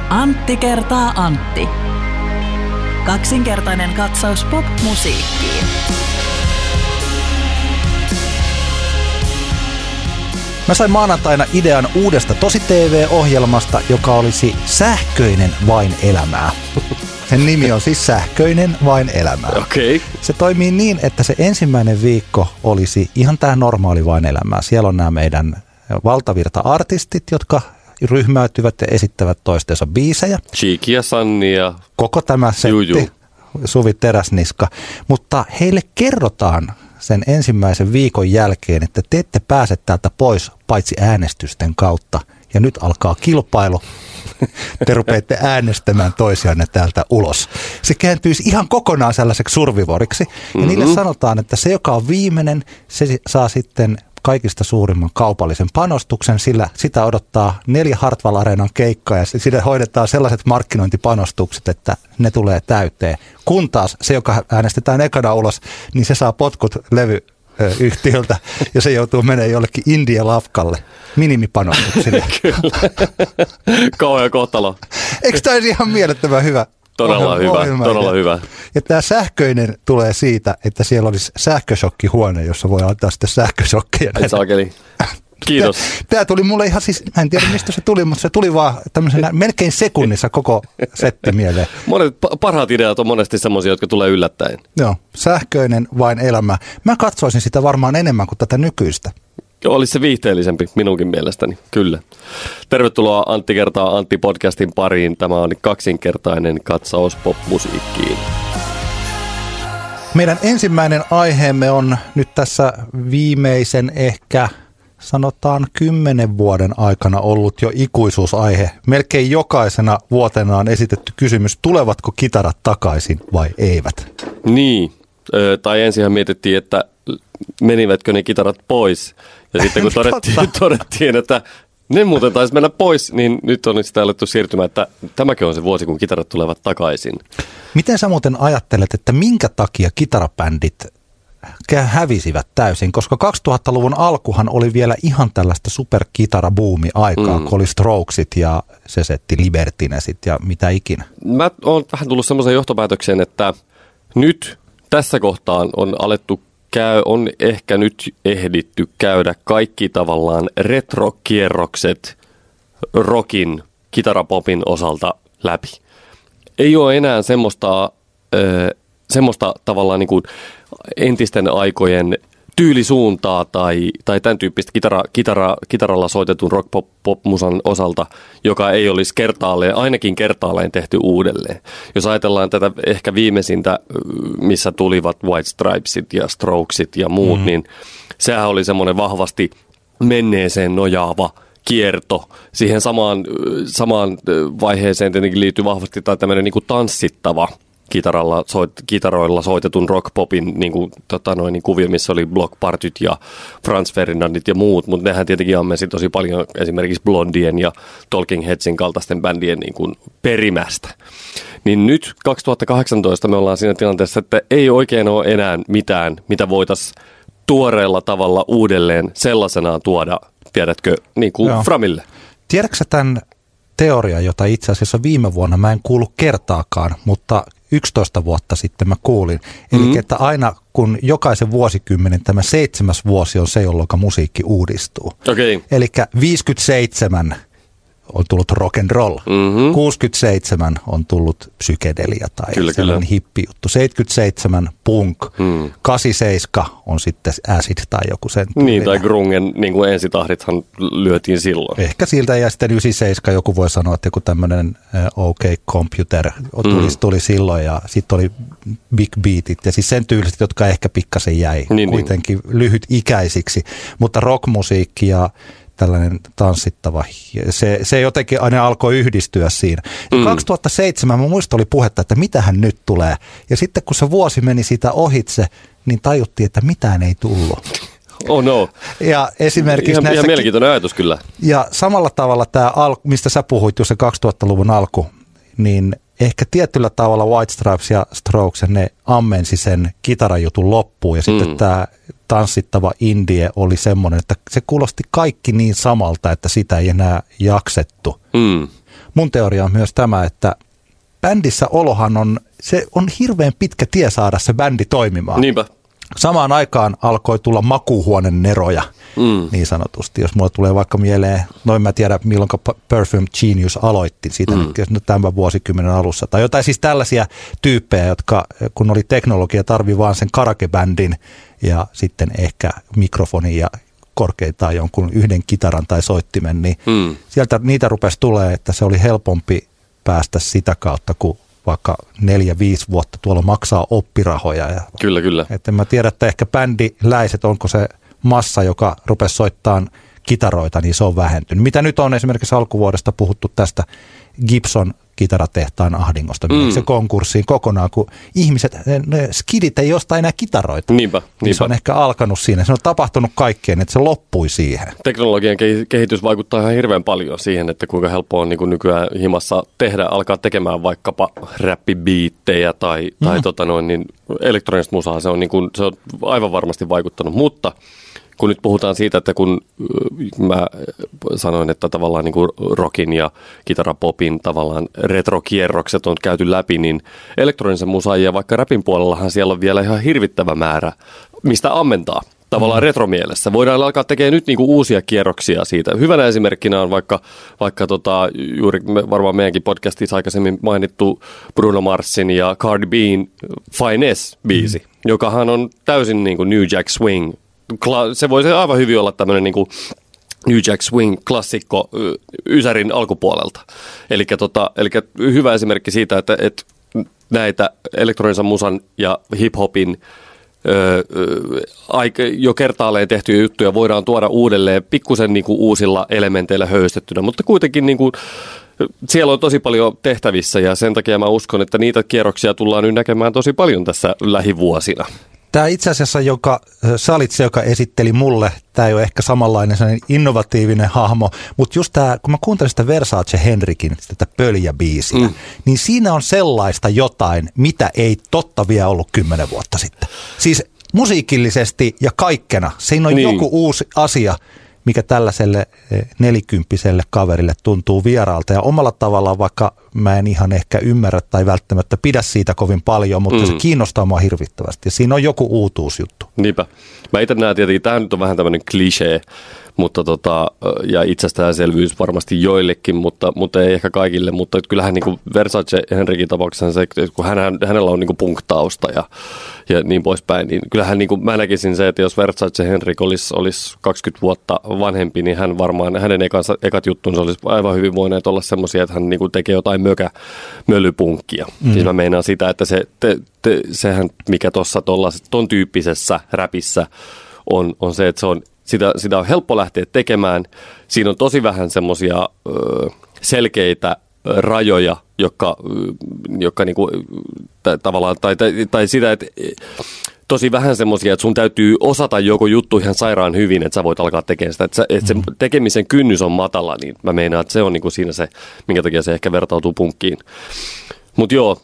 Antti kertaa Antti. Kaksinkertainen katsaus pop-musiikkiin. Mä sain maanantaina idean uudesta Tosi-TV-ohjelmasta, joka olisi Sähköinen vain elämää. Sen nimi on siis Sähköinen vain elämää. Okay. Se toimii niin, että se ensimmäinen viikko olisi ihan tää normaali vain elämää. Siellä on nämä meidän valtavirta-artistit, jotka ryhmäytyvät ja esittävät toistensa biisejä. Cheeky ja Sanni ja koko tämä setti, Suvi Teräsniska. Mutta heille kerrotaan sen ensimmäisen viikon jälkeen, että te ette pääse täältä pois paitsi äänestysten kautta. Ja nyt alkaa kilpailu. Te rupeatte äänestämään toisianne täältä ulos. Se kääntyisi ihan kokonaan sellaiseksi survivoriksi. Ja niille sanotaan, että se, joka on viimeinen, se saa sitten kaikista suurimman kaupallisen panostuksen, sillä sitä odottaa 4 Hartwall Areenan keikkaa ja sille hoidetaan sellaiset markkinointipanostukset, että ne tulee täyteen. Kun taas se, joka äänestetään ekana ulos, niin se saa potkut levyyhtiöltä ja se joutuu menemään jollekin India-lafkalle minimipanostuksille. Kyllä. Kauhea kohtalo. Eikö tämä olisi ihan mielettömän hyvä? Todella hyvä. Ja tämä sähköinen tulee siitä, että siellä olisi sähköshokkihuone, jossa voi antaa sitten sähköshokkeja. Ai saakeli. Kiitos. Tämä tuli mulle ihan siis, mä en tiedä mistä se tuli, mutta se tuli vaan tämmöisenä melkein sekunnissa koko setti mieleen. Monet parhaat ideat on monesti semmoisia, jotka tulee yllättäen. Joo, Sähköinen vain elämä. Mä katsoisin sitä varmaan enemmän kuin tätä nykyistä. Olisi se viihteellisempi minunkin mielestäni, kyllä. Tervetuloa Antti kertaa Antti podcastin pariin. Tämä on kaksinkertainen katsaus pop-musiikkiin. Meidän ensimmäinen aiheemme on nyt tässä viimeisen ehkä sanotaan 10 vuoden aikana ollut jo ikuisuusaihe. Melkein jokaisena vuotena on esitetty kysymys, tulevatko kitarat takaisin vai eivät? Niin, tai ensinhän mietittiin, että menivätkö ne kitarat pois. Ja sitten kun todettiin, että ne muuten taisi mennä pois, niin nyt on sitä alettu siirtymään, että tämäkin on se vuosi, kun kitarat tulevat takaisin. Miten sä muuten ajattelet, että minkä takia kitarabändit hävisivät täysin? Koska 2000-luvun alkuhan oli vielä ihan tällaista superkitarabuumi-aikaa, kun oli Strokesit ja se setti Libertinesit ja mitä ikinä. Mä oon vähän tullut semmoisen johtopäätökseen, että nyt tässä kohtaan on alettu on ehkä nyt ehditty käydä kaikki tavallaan retrokierrokset rockin, kitarapopin osalta läpi. Ei ole enää semmoista tavallaan niin kuin entisten aikojen tyylisuuntaa tai tämän tyyppistä kitaralla soitetun rock-pop-musan osalta, joka ei olisi ainakin kertaalleen tehty uudelleen. Jos ajatellaan tätä ehkä viimeisintä, missä tulivat White Stripesit ja Strokesit ja muut, niin sehän oli semmoinen vahvasti menneeseen nojaava kierto. Siihen samaan vaiheeseen tietenkin liittyy vahvasti tämmöinen niin kuin tanssittava kitaroilla soitetun rockpopin niin kuvio, missä oli Block Partyt ja Franz Ferdinandit ja muut, mutta nehän tietenkin ammensi tosi paljon esimerkiksi Blondien ja Talking Headsin kaltaisten bändien niin kuin perimästä. Niin nyt 2018 me ollaan siinä tilanteessa, että ei oikein ole enää mitään, mitä voitaisiin tuoreella tavalla uudelleen sellaisenaan tuoda, tiedätkö, niin kuin framille. Tiedätkö sä tämän teorian, jota itse asiassa viime vuonna mä en kuullut kertaakaan, mutta 11 vuotta sitten mä kuulin. Eli että aina kun jokaisen vuosikymmenen tämä 7. vuosi on se, jolloin musiikki uudistuu. Okay. Eli 57 on tullut rock and roll. 67 on tullut psykedelia tai sellainen hippijuttu. 77 punk. 87 on sitten acid tai joku sen tyylinen. Niin, tai grungen niin kuin ensitahdithan lyötiin silloin. Ehkä siltä, ja sitten 97 joku voi sanoa, että joku tämmöinen OK Computer tuli silloin, ja sitten oli Big Beatit, ja siis sen tyyliset, jotka ehkä pikkasen jäi kuitenkin lyhytikäisiksi. Mutta rockmusiikki ja tällainen tanssittava, se jotenkin aina alkoi yhdistyä siinä. Ja 2007 mä muistan oli puhetta, että mitähän nyt tulee. Ja sitten kun se vuosi meni sitä ohitse, niin tajuttiin, että mitään ei tullut. Oh no. Ja esimerkiksi ihan mielenkiintoinen ajatus kyllä. Ja samalla tavalla tämä, mistä sä puhuit jo se 2000-luvun alku, niin ehkä tietyllä tavalla White Stripes ja Strokes, ne ammensi sen kitarajutun loppuun. Ja sitten tämä tanssittava indie oli semmoinen, että se kuulosti kaikki niin samalta, että sitä ei enää jaksettu. mun teoria on myös tämä, että bändissä olohan se on hirveän pitkä tie saada se bändi toimimaan. Niinpä. Samaan aikaan alkoi tulla makuuhuoneen neroja, niin sanotusti. Jos mulla tulee vaikka mieleen, noin mä tiedän milloin Perfume Genius aloitti siitä nyt tämän vuosikymmenen alussa. Tai jotain siis tällaisia tyyppejä, jotka kun oli teknologia, tarvii vaan sen karaokebändin ja sitten ehkä mikrofonin ja korkeintaan jonkun yhden kitaran tai soittimen, niin sieltä niitä rupesi tulee, että se oli helpompi päästä sitä kautta, kun vaikka 4-5 vuotta tuolla maksaa oppirahoja. Ja Kyllä. että mä tiedän, että ehkä bändiläiset, onko se massa, joka rupesi soittamaan kitaroita, niin se on vähentynyt. Mitä nyt on esimerkiksi alkuvuodesta puhuttu tästä Gibson kitaratehtaan ahdingosta, se konkurssiin kokonaan, kun ihmiset, ne skidit ei osta enää kitaroita. Niinpä. Se on ehkä alkanut siinä. Se on tapahtunut kaikkeen, että se loppui siihen. Teknologian kehitys vaikuttaa ihan hirveän paljon siihen, että kuinka helppoa on niin kuin nykyään himassa alkaa tekemään vaikkapa räppibiittejä tai niin elektronista musaa. Se on aivan varmasti vaikuttanut, mutta kun nyt puhutaan siitä, että kun mä sanoin, että tavallaan niin kuin rockin ja kitarapopin tavallaan retrokierrokset on käyty läpi, niin elektronisen musan ja vaikka rapin puolellahan siellä on vielä ihan hirvittävä määrä, mistä ammentaa. Tavallaan retromielessä. Voidaan alkaa tekemään nyt niinku uusia kierroksia siitä. Hyvänä esimerkkinä on vaikka juuri varmaan meidänkin podcastissa aikaisemmin mainittu Bruno Marsin ja Cardi B:n Finesse-biisi, jokahan on täysin niinku New Jack Swing. Se voisi aivan hyvin olla tämmöinen niinku New Jack Swing-klassikko Ysärin alkupuolelta. Eli hyvä esimerkki siitä, että näitä elektronisen musan ja hip-hopin jo kertaalleen tehtyjä juttuja voidaan tuoda uudelleen pikkusen niinku uusilla elementeillä höystettynä, mutta kuitenkin niinku siellä on tosi paljon tehtävissä ja sen takia mä uskon, että niitä kierroksia tullaan nyt näkemään tosi paljon tässä lähivuosina. Tämä itse asiassa, sä olit se, joka esitteli mulle, tämä ei ole ehkä samanlainen innovatiivinen hahmo, mutta just tämä, kun mä kuuntelin sitä Versace Henrikin, tätä pöljäbiisiä, niin siinä on sellaista jotain, mitä ei totta vielä ollut 10 vuotta sitten. Siis musiikillisesti ja kaikkena, siinä on joku uusi asia, mikä tällaiselle 40-vuotiaalle kaverille tuntuu vieraalta. Ja omalla tavallaan, vaikka mä en ihan ehkä ymmärrä tai välttämättä pidä siitä kovin paljon, mutta se kiinnostaa mua hirvittävästi. Ja siinä on joku uutuusjuttu. Niinpä. Mä itse näen tietenkin, tämä nyt on vähän tämmöinen klisee, mutta ja itsestäänselvyys varmasti joillekin, mutta ei ehkä kaikille. Mutta kyllähän niin kuin Versace Henrikin tapauksessa se, kun hänellä on niin kuin punk-tausta ja niin poispäin, niin kyllähän niin kuin mä näkisin se, että jos Versace Henrik olisi 20 vuotta vanhempi, niin hän varmaan, hänen ekat juttunsa olisi aivan hyvin voineet olla semmoisia, että hän niin kuin tekee jotain mölypunkkia. Siis mä meinaan sitä, että sehän mikä tuossa ton tyyppisessä räpissä on se, että se on sitä on helppo lähteä tekemään. Siinä on tosi vähän semmoisia selkeitä rajoja, jotka niinku, tavallaan, tai sitä, että tosi vähän semmoisia, että sun täytyy osata joku juttu ihan sairaan hyvin, että sä voit alkaa tekemään sitä. Että se tekemisen kynnys on matala, niin mä meinaan, että se on niinku siinä se, minkä takia se ehkä vertautuu punkkiin. Mutta joo,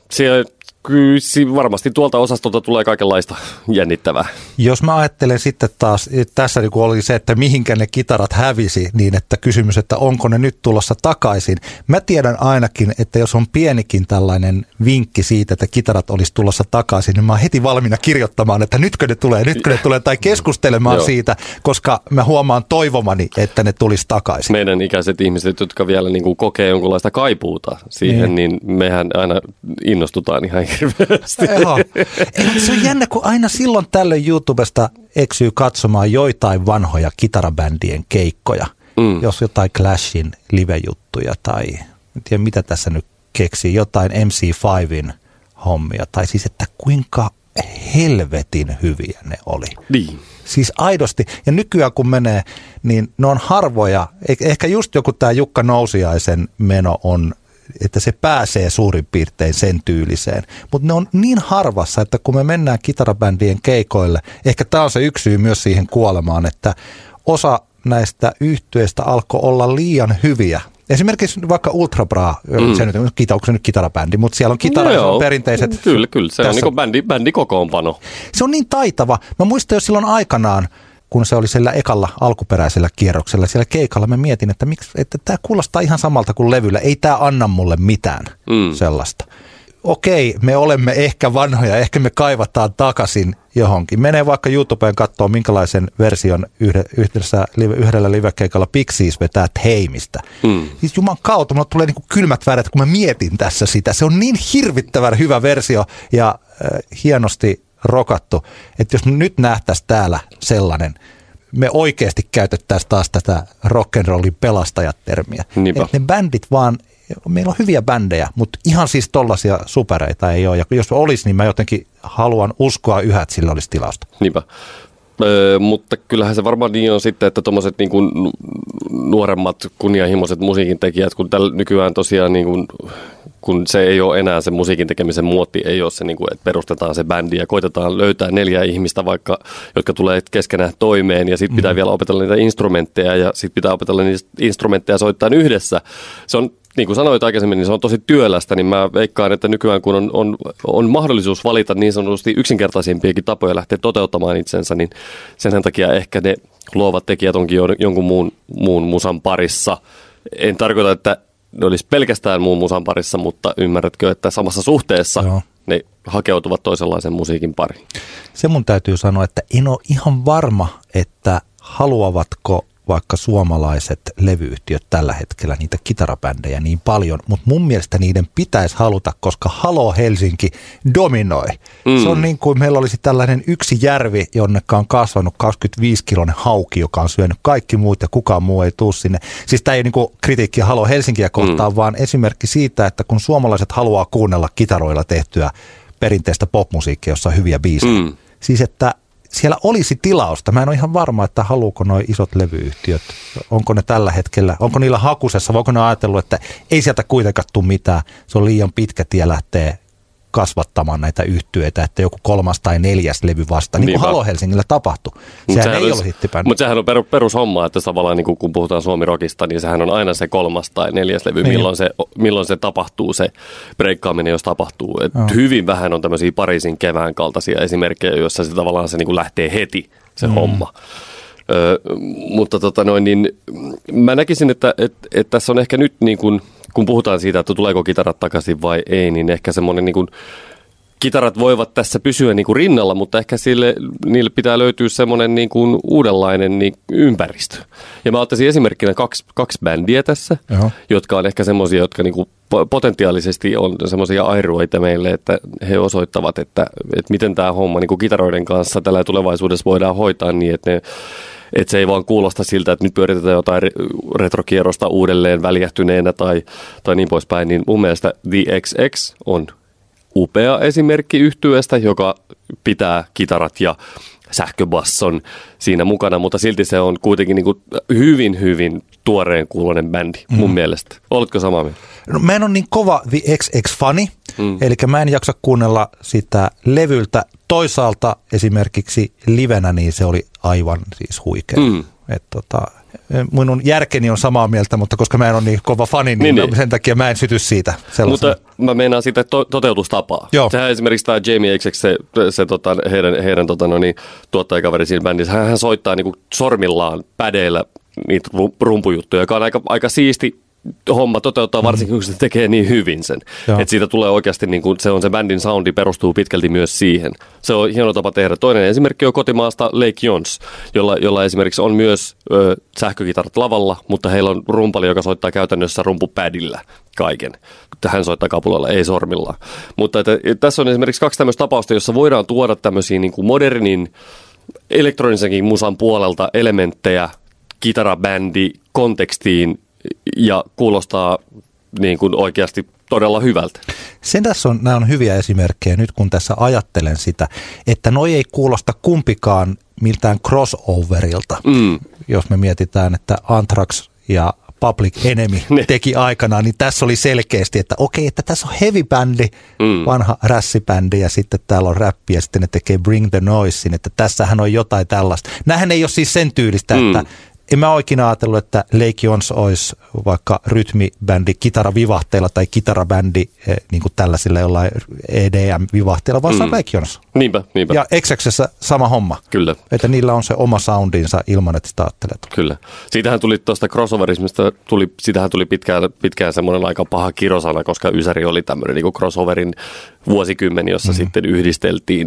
kyllä varmasti tuolta osastolta tulee kaikenlaista jännittävää. Jos mä ajattelen sitten taas, tässä niin oli se, että mihinkä ne kitarat hävisi, niin että kysymys, että onko ne nyt tulossa takaisin. Mä tiedän ainakin, että jos on pienikin tällainen vinkki siitä, että kitarat olisi tulossa takaisin, niin mä oon heti valmiina kirjoittamaan, että nytkö ne tulee, tai keskustelemaan siitä, koska mä huomaan toivomani, että ne tulisi takaisin. Meidän ikäiset ihmiset, jotka vielä niin kuin kokee jonkunlaista kaipuuta siihen, niin mehän aina innostutaan ihan hirveästi. Se on jännä, kun aina silloin tällöin YouTubesta eksyy katsomaan joitain vanhoja kitarabändien keikkoja. Jos jotain Clashin live-juttuja tai en tiedä mitä tässä nyt keksii, jotain MC5in hommia. Tai siis, että kuinka helvetin hyviä ne oli. Niin. Siis aidosti. Ja nykyään kun menee, niin ne on harvoja. Ehkä just joku tämä Jukka Nousiaisen meno on, että se pääsee suurin piirtein sen tyyliseen. Mutta ne on niin harvassa, että kun me mennään kitarabändien keikoille, ehkä tämä on se yksi syy myös siihen kuolemaan, että osa näistä yhtyeistä alkoi olla liian hyviä. Esimerkiksi vaikka Ultra Bra, onko se nyt kitarabändi, mutta siellä on kitara, on perinteiset. Kyllä, se on niin kuin bändikokoonpano. Se on niin taitava. Mä muistan jo silloin aikanaan, kun se oli siellä ekalla alkuperäisellä kierroksella, siellä keikalla mä mietin, että tämä kuulostaa ihan samalta kuin levyllä, ei tämä anna mulle mitään sellaista. Okei, me olemme ehkä vanhoja, ehkä me kaivataan takaisin johonkin. Menee vaikka YouTubeen katsoa, minkälaisen version yhdellä livekeikalla Pixies vetää Heimistä. Siis juman kautta, mulle tulee niinku kylmät väret, kun mä mietin tässä sitä. Se on niin hirvittävän hyvä versio ja hienosti rokattu, että jos nyt nähtäisiin täällä sellainen, me oikeasti käytettäisiin taas tätä rock'n'rollin pelastajat-termiä. Että ne bändit vaan, meillä on hyviä bändejä, mutta ihan siis tollaisia supereita ei ole. Ja jos olisi, niin mä jotenkin haluan uskoa yhä, että sillä olisi tilausta. Niinpä. Mutta kyllähän se varmaan niin on sitten, että tuommoiset niin kuin nuoremmat kunnianhimoiset musiikin tekijät, kun nykyään tosiaan niin kuin, kun se ei ole enää se musiikin tekemisen muotti, ei ole se, niin kuin, että perustetaan se bändi ja koitetaan löytää 4 ihmistä vaikka, jotka tulee keskenään toimeen ja sitten pitää vielä opetella niitä instrumentteja ja sitten pitää opetella niitä instrumentteja soittaa yhdessä. Se on, niin kuin sanoit aikaisemmin, niin se on tosi työlästä, niin mä veikkaan, että nykyään kun on mahdollisuus valita niin sanotusti yksinkertaisimpiakin tapoja lähteä toteuttamaan itsensä, niin sen takia ehkä ne luovat tekijät onkin jonkun muun musan parissa. En tarkoita, että ne olisi pelkästään muun musan parissa, mutta ymmärrätkö, että samassa suhteessa ne hakeutuvat toisenlaisen musiikin pariin. Se mun täytyy sanoa, että en ole ihan varma, että haluavatko vaikka suomalaiset levyyhtiöt tällä hetkellä niitä kitarabändejä niin paljon, mutta mun mielestä niiden pitäisi haluta, koska Halo Helsinki dominoi. Se on niin kuin meillä olisi tällainen yksi järvi, jonneka on kasvanut 25-kiloinen hauki, joka on syönyt kaikki muut ja kukaan muu ei tule sinne. Siis tämä ei ole niin kuin kritiikkiä Halo Helsinkiä kohtaan, vaan esimerkki siitä, että kun suomalaiset haluaa kuunnella kitaroilla tehtyä perinteistä popmusiikkia, jossa on hyviä biisejä. Siis että siellä olisi tilausta. Mä en ole ihan varma, että haluuko nuo isot levyyhtiöt, onko ne tällä hetkellä, onko niillä hakusessa, voiko ne ajatellut, että ei sieltä kuitenkaan tule mitään, se on liian pitkä tie lähteä kasvattamaan näitä yhtyeitä, että joku 3. tai 4. levy vasta, niin kuin Halo Helsingillä tapahtui. Sehän ei ole hittibändi. Mutta sehän on perushomma, että tavallaan niin kun puhutaan Suomi-rockista, niin sehän on aina se 3. tai 4. levy, milloin se tapahtuu, se breikkaaminen, jos tapahtuu. Hyvin vähän on tämmöisiä Pariisin kevään kaltaisia esimerkkejä, joissa se tavallaan se niin kuin lähtee heti, se homma. Mutta niin mä näkisin, että tässä on ehkä nyt niin kuin, kun puhutaan siitä, että tuleeko kitarat takaisin vai ei, niin ehkä semmoinen niin kuin, kitarat voivat tässä pysyä niin kuin rinnalla, mutta ehkä niille pitää löytyä semmoinen niin kuin uudenlainen niin ympäristö. Ja mä ottaisin esimerkkinä kaksi bändiä tässä, jotka on ehkä semmoisia, jotka niin kuin potentiaalisesti on semmoisia airueita meille, että he osoittavat, että miten tämä homma niin kuin kitaroiden kanssa tällä tulevaisuudessa voidaan hoitaa niin, että se ei vaan kuulosta siltä, että nyt pyöritetään jotain retrokierrosta uudelleen väljähtyneenä tai niin poispäin, niin mun mielestä The XX on upea esimerkki yhtyeestä, joka pitää kitarat ja sähköbasson siinä mukana, mutta silti se on kuitenkin niin kuin hyvin, hyvin tuoreen kuuloinen bändi mun mielestä. Oletko samaa mieltä? No, mä en ole niin kova The XX-fani, eli mä en jaksa kuunnella sitä levyltä. Toisaalta esimerkiksi livenä, niin se oli aivan siis huikea. Minun järkeni on samaa mieltä, mutta koska mä en ole niin kova fani, niin sen takia mä en syty siitä sellaisena. Mutta mä meinaan sitä toteutustapaa. Sehän esimerkiksi tämä Jamie XX, se heidän tuottajakaveri siinä bändissä, hän soittaa niinku sormillaan pädeillä niitä rumpujuttuja, joka on aika siisti homma toteuttaa, varsinkin kun se tekee niin hyvin sen. Että siitä tulee oikeasti, niin kuin, se bändin soundi perustuu pitkälti myös siihen. Se on hieno tapa tehdä. Toinen esimerkki on kotimaasta Lake Jons, jolla esimerkiksi on myös sähkökitarat lavalla, mutta heillä on rumpali, joka soittaa käytännössä rumpupädillä kaiken. Hän soittaa kapulalla, ei sormillaan. Mutta tässä on esimerkiksi 2 tämmöistä tapausta, jossa voidaan tuoda tämmöisiä niin kuin modernin elektronisenkin musan puolelta elementtejä kitarabändi kontekstiin ja kuulostaa niin kuin oikeasti todella hyvältä. Nämä on hyviä esimerkkejä nyt, kun tässä ajattelen sitä, että noi ei kuulosta kumpikaan miltään crossoverilta. Jos me mietitään, että Anthrax ja Public Enemy teki aikanaan, niin tässä oli selkeästi, että okei, että tässä on heavy-bändi, vanha rässibändi ja sitten täällä on räppi ja sitten ne tekee Bring the Noisein, että tässähän on jotain tällaista. Nämähän ei ole siis sen tyylistä, en mä oikein ajatellut, että Lake Jons olisi vaikka rytmibändi kitaravivahteilla tai kitarabändi niin kuin tällaisilla jollain EDM-vivahteilla, vaan se on Lake Jons. Niinpä. Ja XX:ssä sama homma. Kyllä. Että niillä on se oma soundinsa ilman, että sitä ajattelet. Kyllä. Siitähän tuli tuosta crossoverismista, sitähän tuli pitkään semmoinen aika paha kirosana, koska Ysäri oli tämmöinen niin kuin crossoverin vuosikymmen, jossa sitten yhdisteltiin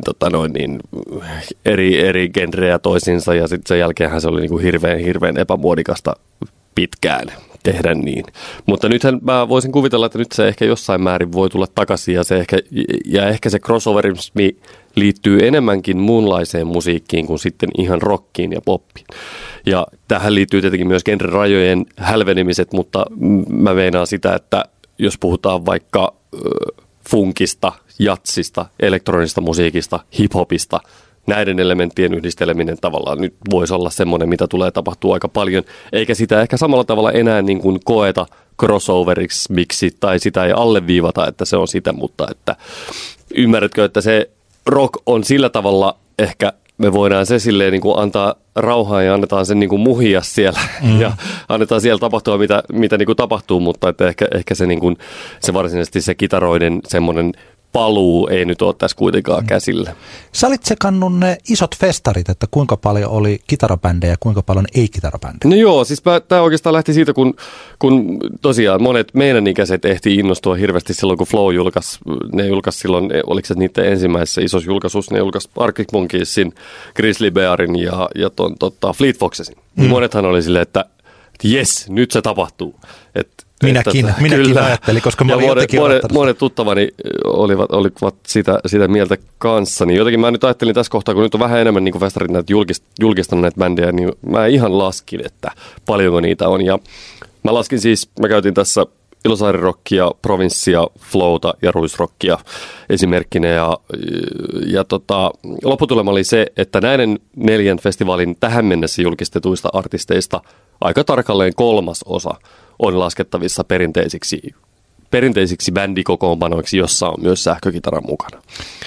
eri genrejä toisiinsa ja sitten sen jälkeenhän se oli niin kuin hirveän epämuodikasta pitkään tehdä niin. Mutta nythän mä voisin kuvitella, että nyt se ehkä jossain määrin voi tulla takaisin ja ehkä se crossoverismi liittyy enemmänkin muunlaiseen musiikkiin kuin sitten ihan rockiin ja poppiin. Ja tähän liittyy tietenkin myös genrerajojen hälvenemiset, mutta mä meinaan sitä, että jos puhutaan vaikka funkista, jatsista, elektronisesta musiikista, hiphopista, näiden elementtien yhdisteleminen tavallaan nyt voisi olla semmoinen, mitä tulee tapahtua aika paljon, eikä sitä ehkä samalla tavalla enää niin kuin koeta crossoveriksi miksi, tai sitä ei alleviivata, että se on sitä, mutta että ymmärrätkö, että se rock on sillä tavalla ehkä, me voidaan se silleen niin kuin antaa rauhaa ja annetaan sen niin kuin muhia siellä ja annetaan siellä tapahtua, mitä niin kuin tapahtuu, mutta että ehkä se, niin kuin, se varsinaisesti se kitaroiden semmoinen paluu ei nyt ole tässä kuitenkaan käsillä. Sä olit sekannut ne isot festarit, että kuinka paljon oli kitarabändejä ja kuinka paljon ei-kitarabändejä. No joo, siis tämä oikeastaan lähti siitä, kun tosiaan monet meidän ikäiset ehti innostua hirveästi silloin, kun Flow julkaisi silloin, oliko se niiden ensimmäisessä isossa julkaisussa, ne julkaisi Arctic Monkeysin, Grizzly Bearin ja Fleet Foxesin. Monethan oli silleen, että jes, nyt se tapahtuu. Minäkin ajattelin, koska mä olin jotenkin monet tuttavani olivat sitä mieltä kanssa. Niin jotenkin mä nyt ajattelin tässä kohtaa, kun nyt on vähän enemmän niin festarit näitä julkistanut näitä bändejä, niin mä ihan laskin, että paljonko niitä on. Ja mä käytin tässä Ilosaari-rockia, Provinssia, Flowta ja Ruisrockia esimerkkinä. Ja lopputulema oli se, että näiden 4 festivaalin tähän mennessä julkistetuista artisteista aika tarkalleen 1/3 on laskettavissa perinteisiksi bändikokoonpanoiksi, jossa on myös sähkökitara mukana.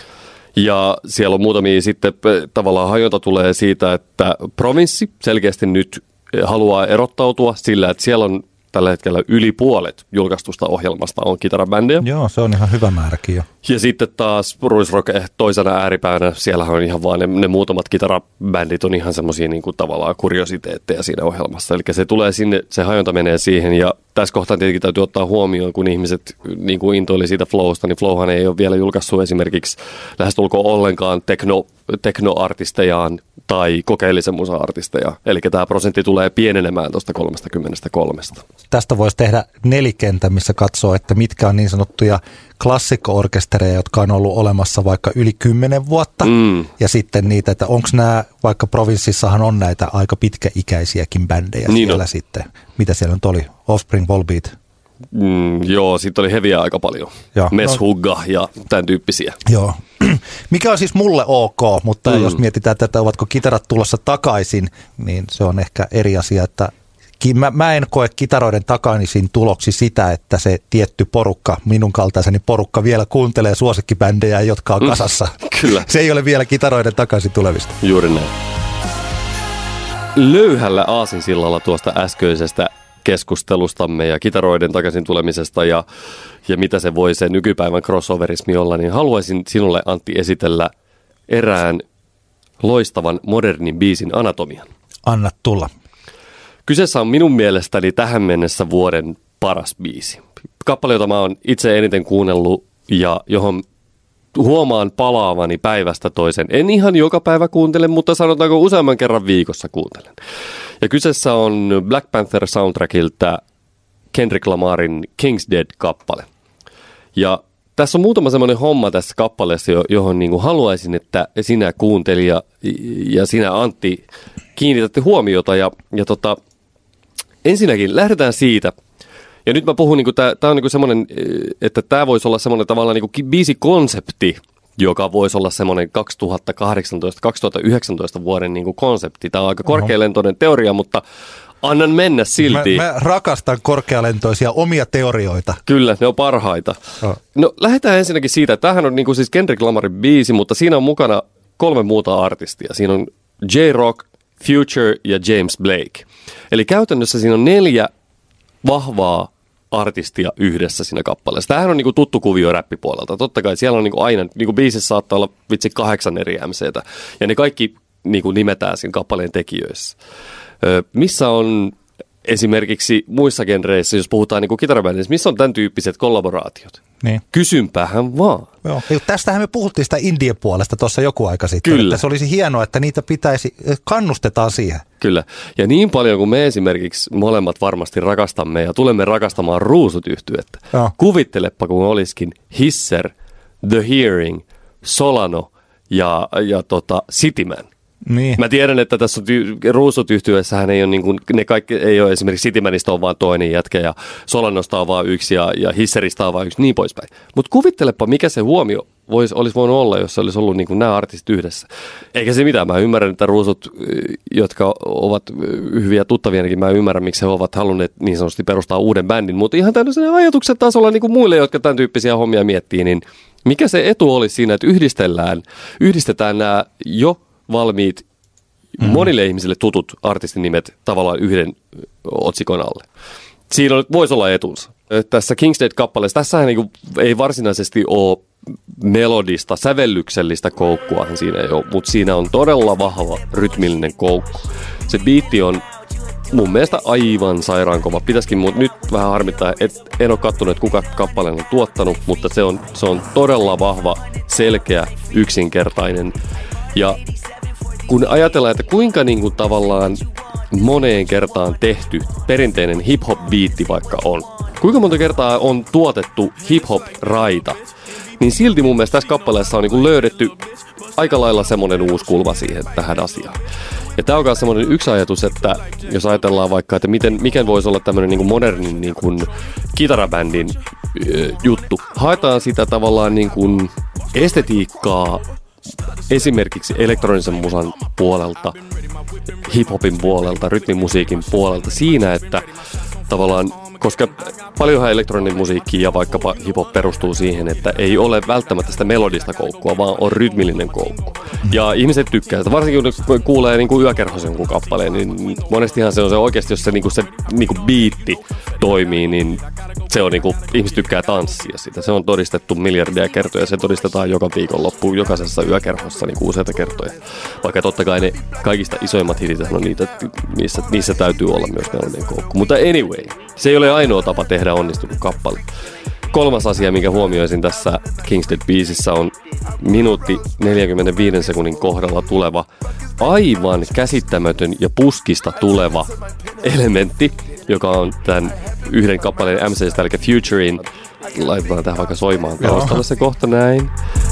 Ja siellä on muutamia sitten tavallaan hajonta tulee siitä, että Provinssi selkeästi nyt haluaa erottautua sillä, että siellä on tällä hetkellä yli puolet julkaistusta ohjelmasta on kitarabändejä. Joo, se on ihan hyvä määräkin jo. Ja sitten taas Ruisrock toisena ääripäänä, siellähän on ihan vaan ne muutamat kitarabändit on ihan semmoisia niin kuin tavallaan kuriositeetteja siinä ohjelmassa. Eli se tulee sinne, se hajonta menee siihen ja tässä kohtaa tietenkin täytyy ottaa huomioon, kun ihmiset niin kuin intoili siitä Flowsta, niin Flowhan ei ole vielä julkaissut esimerkiksi lähestulkoon ollenkaan teknoartistejaan tai kokeellisen musa-artisteja. Eli tämä prosentti tulee pienenemään tuosta 33. Tästä voisi tehdä nelikenttä, missä katsoo, että mitkä on niin sanottuja klassikko-orkestereja, jotka on ollut olemassa vaikka yli 10 vuotta. Ja sitten niitä, että onko nämä, vaikka Provinssissahan on näitä aika pitkäikäisiäkin bändejä niin siellä sitten. Mitä siellä nyt oli? Offspring, Volbeat? Joo, siitä oli heviä aika paljon. Meshugga ja tämän tyyppisiä. Joo. Mikä on siis mulle ok, mutta jos mietitään tätä, ovatko kitarat tulossa takaisin, niin se on ehkä eri asia, että mä en koe kitaroiden takaisin tuloksi sitä, että se tietty porukka, minun kaltaiseni porukka vielä kuuntelee suosikkibändejä, jotka on kasassa. Kyllä. Se ei ole vielä kitaroiden takaisin tulevista. Juuri näin. Löyhällä aasinsillalla tuosta äskeisestä keskustelustamme ja kitaroiden takaisin tulemisesta ja mitä se voi se nykypäivän crossoverismi olla, niin haluaisin sinulle, Antti, esitellä erään loistavan modernin biisin anatomian. Anna tulla. Kyseessä on minun mielestäni tähän mennessä vuoden paras biisi. Kappale, jota mä oon itse eniten kuunnellut ja johon huomaan palaavani päivästä toisen. En ihan joka päivä kuuntele, mutta sanotaanko useamman kerran viikossa kuuntelen. Ja kyseessä on Black Panther soundtrackilta Kendrick Lamarin King's Dead-kappale. Ja tässä on muutama semmoinen homma tässä kappaleessa, johon niin kuin haluaisin, että sinä kuuntelija ja sinä, Antti, kiinnitätte huomiota. Ensinnäkin lähdetään siitä, ja nyt mä puhun, niin tämä on niin semmoinen, että tämä voisi olla semmoinen tavallaan niin biisikonsepti, joka voisi olla semmoinen 2018-2019 vuoden niin konsepti. Tämä on aika korkealentoinen teoria, mutta annan mennä silti. Mä rakastan korkealentoisia omia teorioita. Kyllä, ne on parhaita. No lähdetään ensinnäkin siitä, että tämähän on niin kuin siis Kendrick Lamarin biisi, mutta siinä on mukana 3 muuta artistia. Siinä on J-Rock, Future ja James Blake. Eli käytännössä siinä on 4 vahvaa artistia yhdessä siinä kappaleessa. Tämähän on niinku tuttu kuvio räppipuolelta. Totta kai siellä on niinku aina, niinku biisissä saattaa olla 8 eri MC:tä. Ja ne kaikki niinku nimetään siinä kappaleen tekijöissä. Missä on esimerkiksi muissa genreissä, jos puhutaan niinku kitarabändissä, missä on tämän tyyppiset kollaboraatiot? Niin. Kysympähän vaan. Joo. Tästähän me puhuttiin sitä indie puolesta tuossa joku aika sitten. Kyllä. Että se olisi hienoa, että niitä kannustetaan siihen. Kyllä. Ja niin paljon kuin me esimerkiksi molemmat varmasti rakastamme ja tulemme rakastamaan Ruusut-yhtyettä. Kuvittelepa, kun olisikin Hisser, The Hearing, Solano ja Cityman. Niin. Mä tiedän, että tässä Ruusut-yhtyeessähän ei ole, niin kuin, ne kaikki, ei ole esimerkiksi Citymanista on vaan toinen jätkä ja Solanosta on vaan yksi ja Hisseristä on vaan yksi, niin poispäin. Mutta kuvittelepa, mikä se huomio olisi voinut olla, jos se olisi ollut niin kuin nämä artistit yhdessä. Eikä se mitään. Mä ymmärrän, että Ruusut, jotka ovat hyviä tuttaviakin, mä ymmärrän, miksi he ovat halunneet niin sanotusti perustaa uuden bändin. Mutta ihan tämmöisen ajatuksen tasolla niin kuin muille, jotka tämän tyyppisiä hommia miettii, niin mikä se etu olisi siinä, että yhdistetään nämä jo valmiit, monille ihmisille tutut artistin nimet tavallaan yhden otsikon alle. Siinä voisi olla etunsa. Tässä King's Dead-kappaleessa, tässähän ei varsinaisesti ole melodista, sävellyksellistä koukkuahan siinä ei ole, mutta siinä on todella vahva rytmillinen koukku. Se biitti on mun mielestä aivan sairaankova. Pitäisikin nyt vähän harmittaa, että en ole katsonut, että kuka kappaleen on tuottanut, mutta se on todella vahva, selkeä, yksinkertainen. Ja kun ajatellaan, että kuinka niin kuin tavallaan moneen kertaan tehty perinteinen hip-hop-biitti vaikka on, kuinka monta kertaa on tuotettu hip-hop-raita, niin silti mun mielestä tässä kappaleessa on niin kuin löydetty aika lailla semmoinen uusi kulma siihen tähän asiaan. Ja tämä on myös semmoinen yksi ajatus, että jos ajatellaan vaikka, että mikä voisi olla tämmöinen niin kuin modernin niin kuin kitarabändin juttu. Haetaan sitä tavallaan niin kuin estetiikkaa esimerkiksi elektronisen musan puolelta, hip-hopin puolelta, rytmimusiikin puolelta siinä, että tavallaan, koska paljonhan elektroninen musiikki ja vaikkapa hip-hop perustuu siihen, että ei ole välttämättä sitä melodista koukkua, vaan on rytmillinen koukku. Ja ihmiset tykkää sitä, varsinkin kun kuulee niin kuin yökerhossa jonkun kappaleen, niin monestihan se on se oikeasti, jos se, niin kuin biitti toimii, niin se on niin kuin, ihmiset tykkää tanssia sitä. Se on todistettu miljardia kertoja, se todistetaan joka viikonloppuun, jokaisessa yökerhossa niin kuin useita kertoja. Vaikka totta kai ne kaikista isoimmat hitit on niitä, niissä täytyy olla myös melodinen koukku. Mutta anyway, se ei ole ainoa tapa tehdä onnistunut kappale. 3. asia, minkä huomioisin tässä King's Dead-biisissä on minuutti 45 sekunnin kohdalla tuleva aivan käsittämätön ja puskista tuleva elementti, joka on tämän yhden kappaleen MC:stä, eli Futurein. Laitetaan tähän vaikka soimaan taustalla se kohta näin.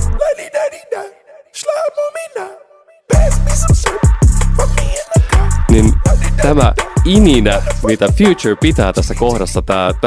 Niin tämä ininä, mitä Future pitää tässä kohdassa,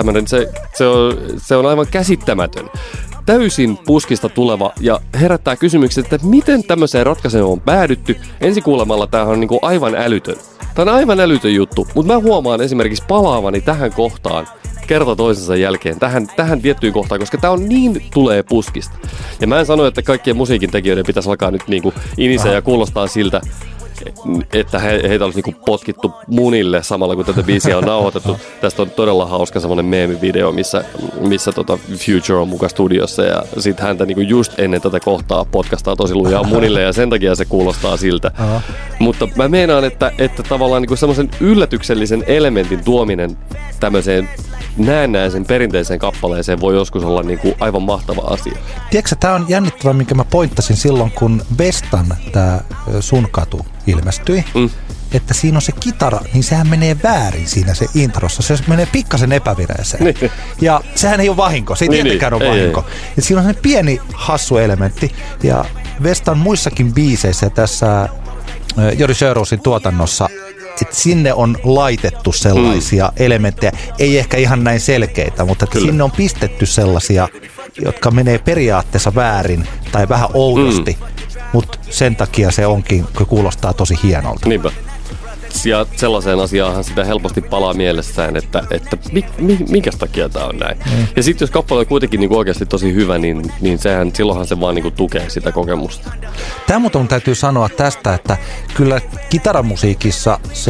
se on aivan käsittämätön. Täysin puskista tuleva ja herättää kysymykset, että miten tämmöiseen ratkaisuun on päädytty. Ensikuulemalla tämähän on niinku aivan älytön. Tämä on aivan älytön juttu, mutta mä huomaan esimerkiksi palaavani tähän kohtaan kerta toisensa jälkeen, tähän tiettyyn kohtaan, koska tämä on niin tulee puskista. Ja mä en sano, että kaikkien musiikin tekijöiden pitäisi alkaa nyt niinku inisä ja kuulostaa siltä, että heitä olisi niinku potkittu munille samalla kun tätä biisiä on nauhoitettu. Tästä on todella hauska semmoinen meemivideo, missä Future on mukaan studiossa ja sit häntä niinku just ennen tätä kohtaa potkastaa tosi lujaa munille ja sen takia se kuulostaa siltä. Mutta mä meinaan, että tavallaan niinku semmoisen yllätyksellisen elementin tuominen tämmöiseen näennäisen perinteiseen kappaleeseen voi joskus olla niinku aivan mahtava asia. Tiedätkö, tämä on jännittävä, minkä mä pointtasin silloin, kun Vestan tämä Sun katu ilmestyi, että siinä on se kitara, niin sehän menee väärin siinä se introssa. Se menee pikkasen epävireeseen. Niin. Ja sehän ei ole vahinko, se ei tietenkään ole vahinko. Ei. Siinä on se pieni hassu elementti, ja Vestan muissakin biiseissä tässä Jori Sjörosin tuotannossa, että sinne on laitettu sellaisia elementtejä, ei ehkä ihan näin selkeitä, mutta sinne on pistetty sellaisia, jotka menee periaatteessa väärin tai vähän oudosti, mutta sen takia se onkin, kuulostaa tosi hienolta. Niinpä. Ja sellaiseen asiaan sitä helposti palaa mielessään, että minkä takia tämä on näin. Ja sitten jos kappale on kuitenkin niin oikeasti tosi hyvä, niin silloinhan se vaan niin tukee sitä kokemusta. Tämä muuten täytyy sanoa tästä, että kyllä kitaramusiikissa se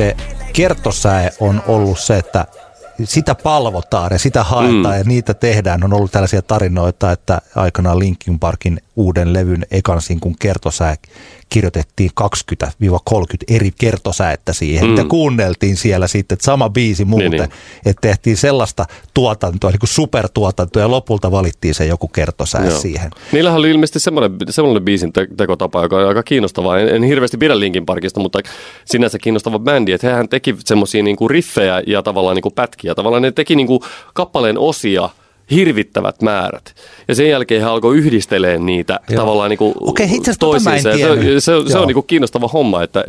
kertosäe on ollut se, että sitä palvotaan ja sitä haetaan ja niitä tehdään. On ollut tällaisia tarinoita, että aikanaan Linkin Parkin uuden levyn ekan sinkun kertosäe kirjoitettiin 20-30 eri kertosäettä siihen. Mitä kuunneltiin siellä sitten, että sama biisi muuten, että tehtiin sellaista tuotantoa, niin kuin supertuotantoa ja lopulta valittiin se joku kertosäe siihen. Niillähän oli ilmeisesti semmoinen biisin tekotapa, joka on aika kiinnostavaa. En hirveästi pidä Linkin Parkista, mutta sinänsä kiinnostava bändi, että hehän teki semmoisia niinku riffejä ja tavallaan niinku pätkiä. Tavallaan ne teki niinku kappaleen osia hirvittävät määrät. Ja sen jälkeen he alkoi yhdistelemään niitä tavallaan niinku toisiinsa. Se on niinku kiinnostava homma, että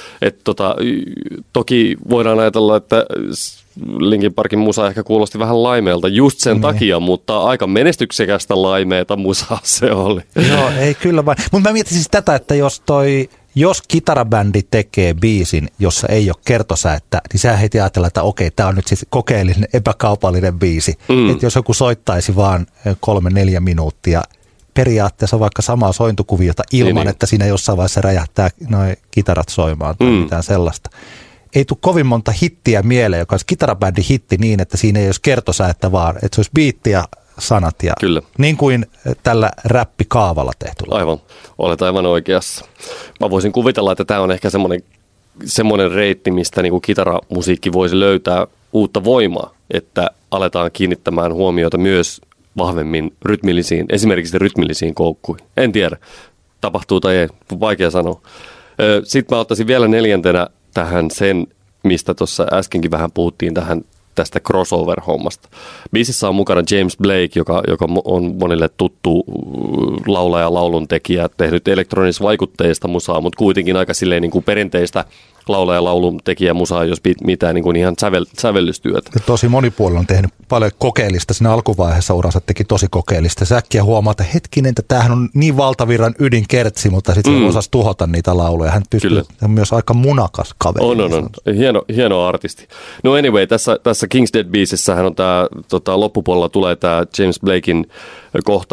toki voidaan ajatella, että Linkin Parkin musa ehkä kuulosti vähän laimeelta just sen takia, mutta aika menestyksekästä laimeeta musaa se oli. Joo, ei kyllä vain. Mutta mä mietin siis tätä, että jos kitarabändi tekee biisin, jossa ei ole kertosäettä, niin sä heti ajatella, että okei, tämä on nyt siis kokeellinen, epäkaupallinen biisi. Että jos joku soittaisi vaan 3-4 minuuttia, periaatteessa vaikka samaa sointukuviota ilman, että siinä jossain vaiheessa räjähtää noi kitarat soimaan tai mitään sellaista. Ei tule kovin monta hittiä mieleen, joka olisi kitarabändin hitti niin, että siinä ei olisi kertosäettä vaan, että se olisi biitti ja sanat ja kyllä. Niin kuin tällä räppikaavalla tehty. Aivan, olet aivan oikeassa. Mä voisin kuvitella, että tämä on ehkä semmoinen reitti, mistä niinku kitaramusiikki voisi löytää uutta voimaa, että aletaan kiinnittämään huomiota myös vahvemmin esimerkiksi rytmillisiin koukkuihin. En tiedä, tapahtuu tai ei, vaikea sanoa. Sitten mä ottaisin vielä 4. tähän sen, mistä tuossa äskenkin vähän puhuttiin tästä crossover-hommasta. Biisissä on mukana James Blake, joka on monille tuttu laulaja ja lauluntekijä, tehnyt elektronisvaikutteista musaa, mutta kuitenkin aika silleen niin kuin perinteistä laulaja ja lauluntekijä musaa, jos mitään niin kuin ihan sävellystyötä. Tosi monipuolinen on tehnyt paljon kokeellista. Siinä alkuvaiheessa uransa teki tosi kokeellista. Säkkiä huomaa, että hetkinen, että tämähän on niin valtavirran ydinkertsi, mutta sitten se osasi tuhota niitä lauluja. Hän pystyy myös aika munakas kaveri. On. Hieno artisti. No anyway, tässä King's Dead-biisissä hän on loppupuolella tulee tämä James Blaken kohta,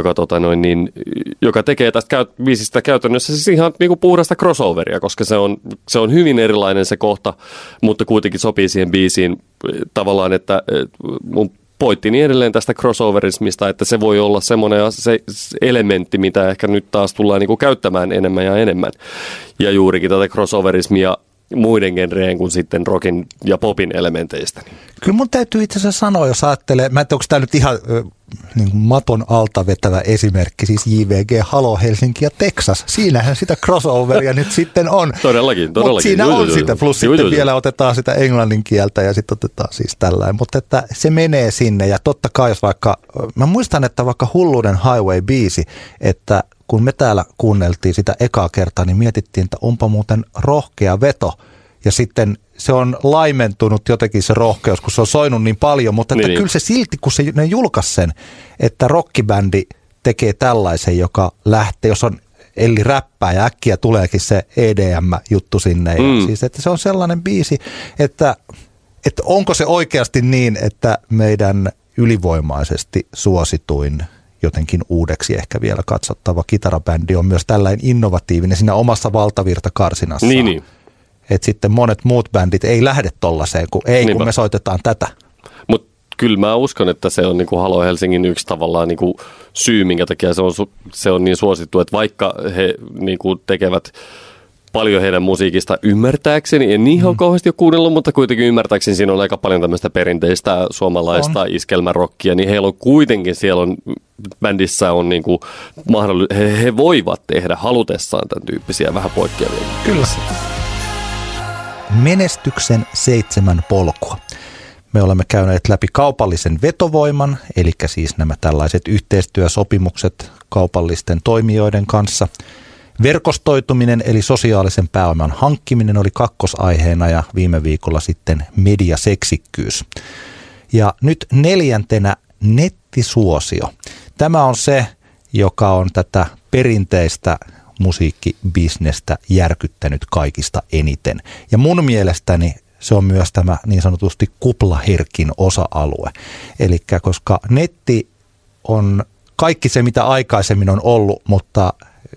joka tekee tästä biisistä käytännössä siis ihan niinku puhdasta crossoveria, koska se on hyvin erilainen se kohta, mutta kuitenkin sopii siihen biisiin tavallaan, että mun pointtini edelleen tästä crossoverismista, että se voi olla semmoinen se elementti, mitä ehkä nyt taas tullaan niinku käyttämään enemmän ja enemmän. Ja juurikin tätä crossoverismia muiden genreen kuin sitten rockin ja popin elementeistä. Kyllä mun täytyy itse asiassa sanoa, jos ajattelee, mä en tiedä, onko tämä nyt ihan niin kuin maton alta vetävä esimerkki, siis JVG, Halo Helsinki ja Texas. Siinähän sitä crossoveria nyt sitten on. Todellakin. Mutta siinä on sitä, plus sitten vielä otetaan sitä englannin kieltä ja sitten otetaan siis tällainen. Mutta että se menee sinne ja totta kai jos vaikka, mä muistan, että vaikka Hulluuden Highway-biisi, että kun me täällä kuunneltiin sitä ekaa kertaa, niin mietittiin, että onpa muuten rohkea veto. Ja sitten se on laimentunut jotenkin se rohkeus, kun se on soinut niin paljon. Mutta että kyllä se silti, kun ne julkaisi sen, että rockibändi tekee tällaisen, joka lähtee, jos on Elli räppää ja äkkiä tuleekin se EDM-juttu sinne. Ja siis, että se on sellainen biisi, että onko se oikeasti niin, että meidän ylivoimaisesti suosituin jotenkin uudeksi ehkä vielä katsottava kitarabändi on myös tällainen innovatiivinen siinä omassa valtavirtakarsinassa. Niin. Että sitten monet muut bändit ei lähde tollaiseen, kun me soitetaan tätä. Mutta kyllä mä uskon, että se on niinku Halo Helsingin yksi tavallaan niinku syy, minkä takia se on niin suosittu, että vaikka he niinku tekevät paljon heidän musiikista ymmärtääkseni, en niin kauheasti ole kuunnellut, mutta kuitenkin ymmärtääkseni siinä on aika paljon tämmöistä perinteistä suomalaista iskelmärokkia, niin heillä on kuitenkin, siellä on bändissä on niinku he voivat tehdä halutessaan tämän tyyppisiä vähän poikkeavia. Kyllä. Menestyksen 7 polkua. Me olemme käyneet läpi kaupallisen vetovoiman, eli siis nämä tällaiset yhteistyösopimukset kaupallisten toimijoiden kanssa. Verkostoituminen eli sosiaalisen pääoman hankkiminen oli kakkosaiheena ja viime viikolla sitten mediaseksikkyys. Ja nyt 4. nettisuosio. Tämä on se, joka on tätä perinteistä musiikkibisnestä järkyttänyt kaikista eniten. Ja mun mielestäni se on myös tämä niin sanotusti kuplaherkin osa-alue. Eli koska netti on kaikki se, mitä aikaisemmin on ollut, mutta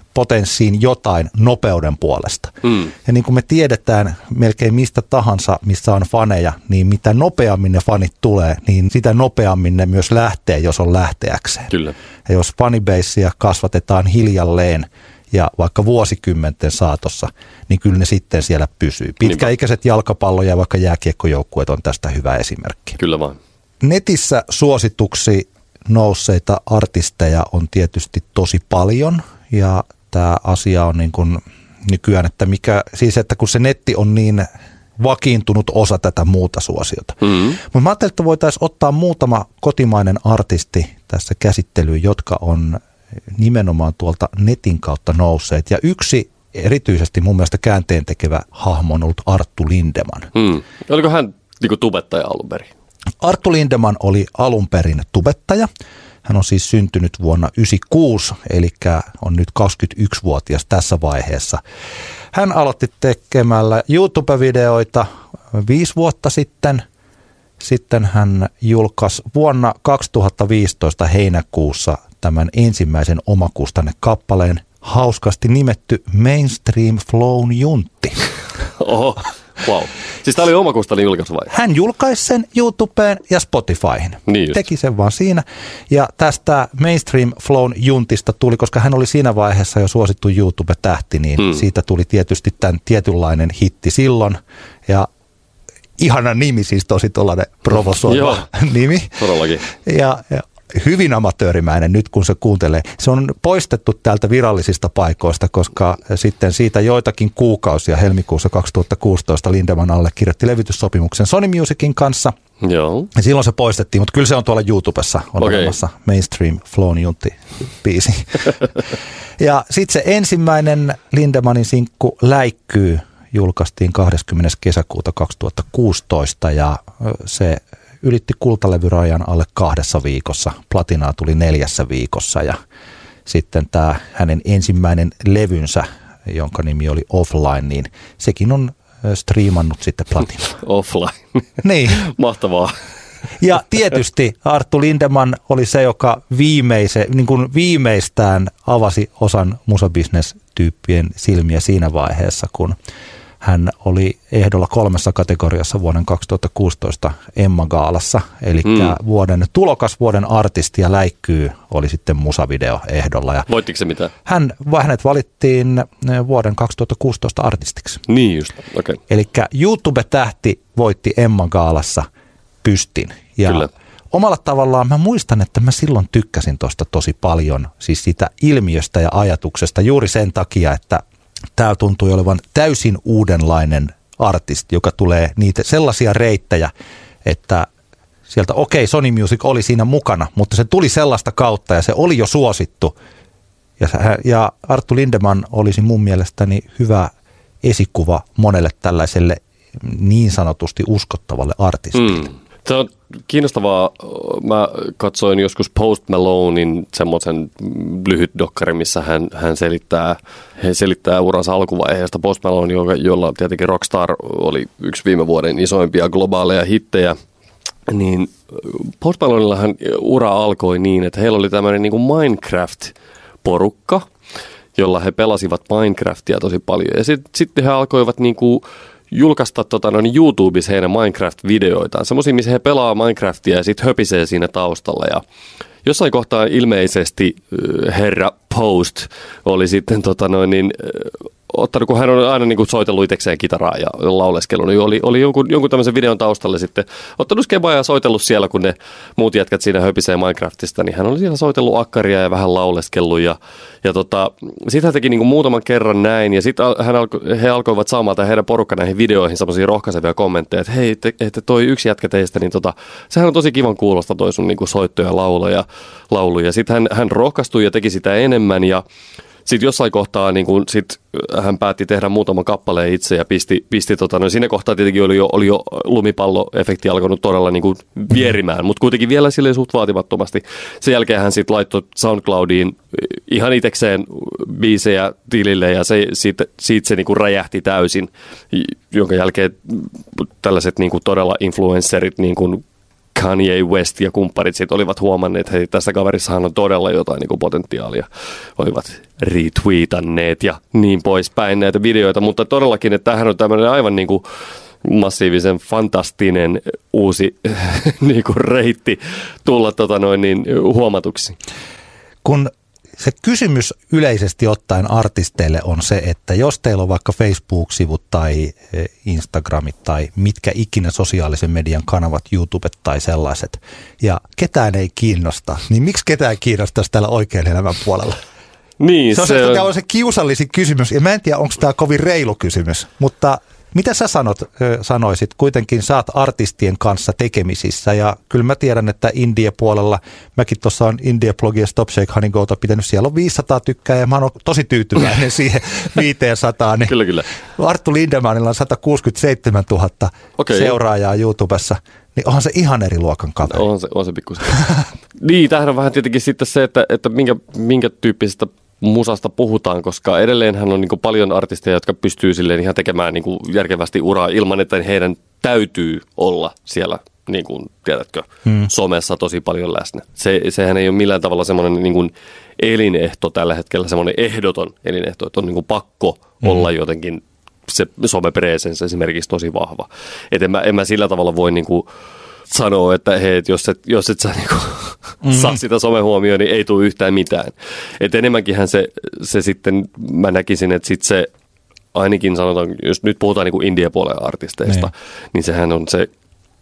potenssiin jotain nopeuden puolesta. Ja niin kuin me tiedetään melkein mistä tahansa, missä on faneja, niin mitä nopeammin ne fanit tulee, niin sitä nopeammin ne myös lähtee, jos on lähteäkseen. Kyllä. Ja jos fanibeissia kasvatetaan hiljalleen ja vaikka vuosikymmenten saatossa, niin kyllä ne sitten siellä pysyy. Pitkäikäiset jalkapallo- ja vaikka jääkiekkojoukkueet on tästä hyvä esimerkki. Kyllä vaan. Netissä suosituksi nousseita artisteja on tietysti tosi paljon ja tämä asia on niin kuin nykyään, että että kun se netti on niin vakiintunut osa tätä muuta suosiota. Mutta mä ajattelin, että voitaisiin ottaa muutama kotimainen artisti tässä käsittelyyn, jotka on nimenomaan tuolta netin kautta nousseet. Ja yksi erityisesti mun mielestä käänteentekevä hahmo on ollut Arttu Lindeman. Oliko hän niin kuin tubettaja alun perin? Arttu Lindeman oli alun perin tubettaja. Hän on siis syntynyt vuonna 1996, eli on nyt 21-vuotias tässä vaiheessa. Hän aloitti tekemällä YouTube-videoita 5 vuotta sitten. Sitten hän julkaisi vuonna 2015 heinäkuussa tämän ensimmäisen omakustannekappaleen, hauskasti nimetty Mainstream Flown Juntti. Oho, wow. Siis tämä oli omakustanne julkaisu vai? Hän julkaisi sen YouTubeen ja Spotifyhin. Niin teki sen vaan siinä. Ja tästä Mainstream Flown Juntista tuli, koska hän oli siinä vaiheessa jo suosittu YouTube-tähti, niin siitä tuli tietysti tämän tietynlainen hitti silloin. Ja ihana nimi, siis tosi tuollainen provosoiva nimi. Todellakin. Ja hyvin amatöörimäinen nyt, kun se kuuntelee. Se on poistettu täältä virallisista paikoista, koska sitten siitä joitakin kuukausia helmikuussa 2016 Lindeman allekirjoitti levytyssopimuksen Sony Musicin kanssa. Joo. Ja silloin se poistettiin, mutta kyllä se on tuolla YouTubessa on olemassa Mainstream Flown Juntti-biisi. Ja sitten se ensimmäinen Lindemanin sinkku Läikkyy julkaistiin 20. kesäkuuta 2016 ja se ylitti kultalevyrajan alle 2 viikossa. Platinaa tuli 4 viikossa ja sitten tämä hänen ensimmäinen levynsä, jonka nimi oli Offline, niin sekin on striimannut sitten platinaa. Offline. Niin. Mahtavaa. Ja tietysti Arttu Lindeman oli se, joka viimeistään avasi osan musabisnes-tyyppien silmiä siinä vaiheessa, kun hän oli ehdolla 3 kategoriassa vuoden 2016 Emma-gaalassa, eli vuoden tulokas, vuoden artisti ja Läikkyy oli sitten musavideo ehdolla. Ja voittiko se mitään? Hänet valittiin vuoden 2016 artistiksi. Niin just, okei. Okay. Eli YouTube-tähti voitti Emma-gaalassa pystin. Ja kyllä. Omalla tavallaan mä muistan, että mä silloin tykkäsin tuosta tosi paljon, siis sitä ilmiöstä ja ajatuksesta juuri sen takia, että täällä tuntui olevan täysin uudenlainen artisti, joka tulee niitä sellaisia reittejä, että sieltä Sony Music oli siinä mukana, mutta se tuli sellaista kautta ja se oli jo suosittu. Ja Arttu Lindeman olisi mun mielestäni hyvä esikuva monelle tällaiselle niin sanotusti uskottavalle artistille. Se on kiinnostavaa. Mä katsoin joskus Post Malonein semmoisen lyhyt dokkari, missä hän selittää uransa alkuvaiheesta. Post Malone, jolla tietenkin Rockstar oli yksi viime vuoden isoimpia globaaleja hittejä, niin Post Maloneillahan ura alkoi niin, että heillä oli tämmöinen niin kuin Minecraft-porukka, jolla he pelasivat Minecraftia tosi paljon. Ja sitten he alkoivat niin kuin julkaista YouTubessa heidän Minecraft-videoitaan. Semmoisia, missä he pelaa Minecraftia ja sitten höpisee siinä taustalla. Ja jossain kohtaa ilmeisesti herra Post oli sitten ottanut, kun hän on aina niin kuin soitellut itsekseen kitaraa ja lauleskellut, niin oli jonkun tämmöisen videon taustalle sitten ottanut skebaa ja soitellut siellä, kun ne muut jätkät siinä höpisee Minecraftista, niin hän oli siellä soitellut akkaria ja vähän lauleskellut ja sitten hän teki niin kuin muutaman kerran näin ja sitten he alkoivat saamaan heidän porukka näihin videoihin semmoisia rohkaisevia kommentteja, että hei, että toi yksi jätkä teistä, niin sehän on tosi kivan kuulosta toi sun niin kuin soitto ja laulu ja sitten hän rohkaistui ja teki sitä enemmän ja sitten jossain kohtaa niin kun, hän päätti tehdä muutaman kappaleen itse ja pisti siinä kohtaa tietenkin oli jo lumipalloefekti alkanut todella niin kuin vierimään, mutta kuitenkin vielä silleen suht vaatimattomasti. Sen jälkeen hän sitten laittoi SoundCloudiin ihan itsekseen biisejä tilille ja siitä se niin kuin räjähti täysin, jonka jälkeen tällaiset niin kuin todella influencerit niin kuin Kanye West ja kumpparit sitten olivat huomanneet, että hei, tässä kaverissahan on todella jotain niin kuin potentiaalia. Olivat retweetanneet ja niin poispäin näitä videoita, mutta todellakin, että tämähän on tämmöinen aivan niin kuin massiivisen fantastinen uusi niin kuin reitti tulla huomatuksi. Kun se kysymys yleisesti ottaen artisteille on se, että jos teillä on vaikka Facebook-sivut tai Instagramit tai mitkä ikinä sosiaalisen median kanavat, YouTubet tai sellaiset, ja ketään ei kiinnosta, niin miksi ketään kiinnostaisi täällä oikean elämän puolella? Niin, Tämä on se kiusallisin kysymys, ja mä en tiedä, onko tämä kovin reilu kysymys, mutta mitä sä sanoisit? Kuitenkin sä oot artistien kanssa tekemisissä ja kyllä mä tiedän, että Indie-puolella, mäkin tuossa on Indie-blogia Stop Shake Honey Go'ta pitänyt, siellä on 500 tykkää ja mä oon tosi tyytyväinen siihen 500. Niin kyllä. Arttu Lindemannilla on 167 000 seuraajaa YouTubessa, niin onhan se ihan eri luokan kaveri. On se pikkusen. Niin, tämähän on vähän tietenkin sitten se, että minkä tyyppisestä musasta puhutaan, koska edelleenhän on niin kuin paljon artisteja, jotka pystyy silleen ihan tekemään niin kuin järkevästi uraa ilman, että heidän täytyy olla siellä, niin kuin, tiedätkö, somessa tosi paljon läsnä. Sehän ei ole millään tavalla semmoinen niin kuin elinehto tällä hetkellä, semmoinen ehdoton elinehto, että on niin kuin pakko olla jotenkin se somepresence esimerkiksi tosi vahva. Että en mä sillä tavalla voi niin kuin sanoo, että hei, jos et sä niinku saa sitä somehuomioon, niin ei tule yhtään mitään. Et enemmänkinhän se sitten, mä näkisin, että sit se ainakin sanotaan, jos nyt puhutaan niinku indie-puolen artisteista, niin sehän on se,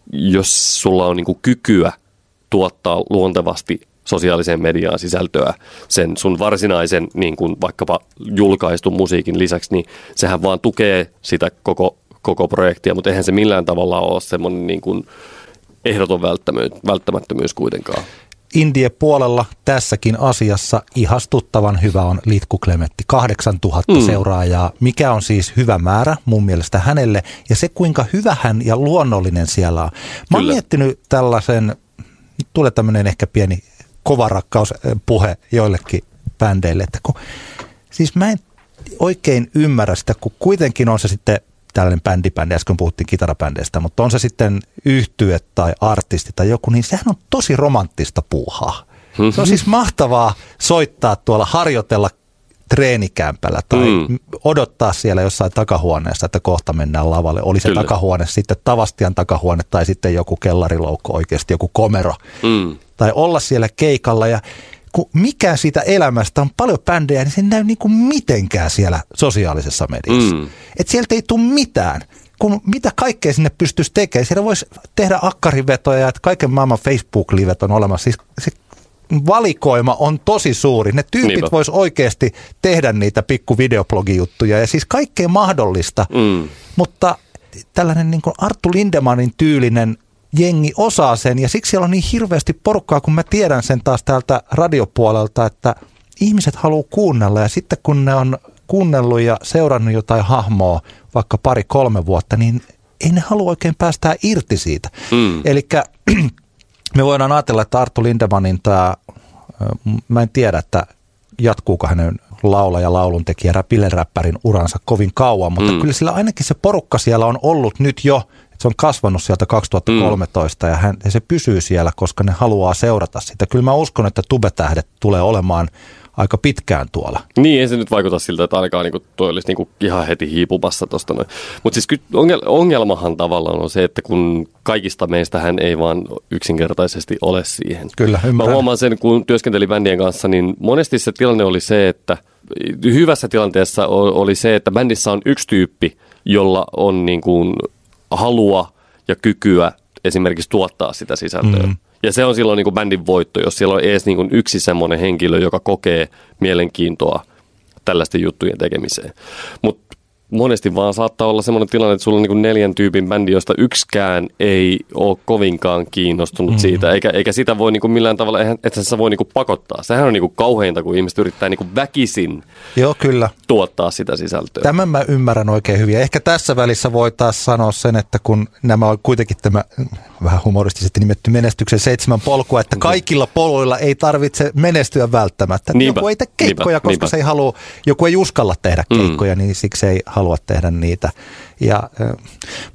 jos sulla on niinku kykyä tuottaa luontevasti sosiaaliseen mediaan sisältöä sen sun varsinaisen niin kuin vaikkapa julkaistun musiikin lisäksi, niin sehän vaan tukee sitä koko projektia, mutta eihän se millään tavalla ole semmoinen niin kuin ehdoton välttämättömyys kuitenkaan. Indie-puolella tässäkin asiassa ihastuttavan hyvä on Litku Klemetti, 8000 seuraajaa, mikä on siis hyvä määrä mun mielestä hänelle, ja se kuinka hyvä hän ja luonnollinen siellä on. Mä oon miettinyt tällaisen, tulee tämmöinen ehkä pieni kovarakkauspuhe joillekin bändeille, että siis mä en oikein ymmärrä sitä, kun kuitenkin on se sitten tällainen bändi, äsken puhuttiin kitarabändeistä, mutta on se sitten yhtye tai artisti tai joku, niin sehän on tosi romanttista puuhaa. Se on siis mahtavaa soittaa tuolla, harjoitella treenikämpällä tai odottaa siellä jossain takahuoneessa, että kohta mennään lavalle. Oli se takahuone sitten Tavastian takahuone tai sitten joku kellariloukko, oikeasti joku komero. Tai olla siellä keikalla ja kun mikään siitä elämästä on paljon bändejä, niin se ei näy niin kuin mitenkään siellä sosiaalisessa mediassa. Että sieltä ei tule mitään. Kun mitä kaikkea sinne pystyisi tekemään. Siellä voisi tehdä akkarivetoja, että kaiken maailman Facebook-livet on olemassa. Siis se valikoima on tosi suuri. Ne tyypit vois oikeasti tehdä niitä pikku videoblogijuttuja ja siis kaikkea mahdollista. Mutta tällainen niin kuin Arttu Lindemannin tyylinen jengi osaa sen ja siksi siellä on niin hirveästi porukkaa, kun mä tiedän sen taas täältä radiopuolelta, että ihmiset haluaa kuunnella ja sitten kun ne on kuunnellut ja seurannut jotain hahmoa vaikka 2-3 vuotta, niin ei ne halua oikein päästää irti siitä. Elikkä me voidaan ajatella, että Arttu Lindemannin mä en tiedä, että jatkuuko hänen lauluntekijä, bileräppärin uransa kovin kauan, mutta kyllä sillä ainakin se porukka siellä on ollut nyt jo, se on kasvanut sieltä 2013 ja se pysyy siellä, koska ne haluaa seurata sitä. Kyllä mä uskon, että tubetähdet tulee olemaan aika pitkään tuolla. Niin, ei se nyt vaikuta siltä, että ainakaan niin toi olisi niin ihan heti hiipumassa tuosta noin. Mutta siis ongelmahan tavallaan on se, että kun kaikista meistähän ei vaan yksinkertaisesti ole siihen. Kyllä, ymmärrän. Mä huomaan sen, kun työskentelin bändien kanssa, niin monesti se tilanne oli se, että hyvässä tilanteessa oli se, että bändissä on yksi tyyppi, jolla on niin kuin halua ja kykyä esimerkiksi tuottaa sitä sisältöä. Ja se on silloin niin kuin bändin voitto, jos siellä on edes niin kuin yksi semmoinen henkilö, joka kokee mielenkiintoa tällaisten juttujen tekemiseen. Mutta monesti vaan saattaa olla semmoinen tilanne, että sulla on niin kuin 4 tyypin bändi, josta yksikään ei ole kovinkaan kiinnostunut siitä, eikä sitä voi niin kuin millään tavalla, että sä voi niin kuin pakottaa. Sehän on niin kuin kauheinta, kun ihmiset yrittää niin kuin väkisin tuottaa sitä sisältöä. Tämän mä ymmärrän oikein hyvin. Ehkä tässä välissä voi taas sanoa sen, että kun nämä on kuitenkin tämä vähän humoristisesti nimetty menestyksen 7 polkua, että kaikilla poluilla ei tarvitse menestyä välttämättä. Joku ei tee keikkoja, koska se ei halua, joku ei uskalla tehdä keikkoja, niin siksi ei halua tehdä niitä.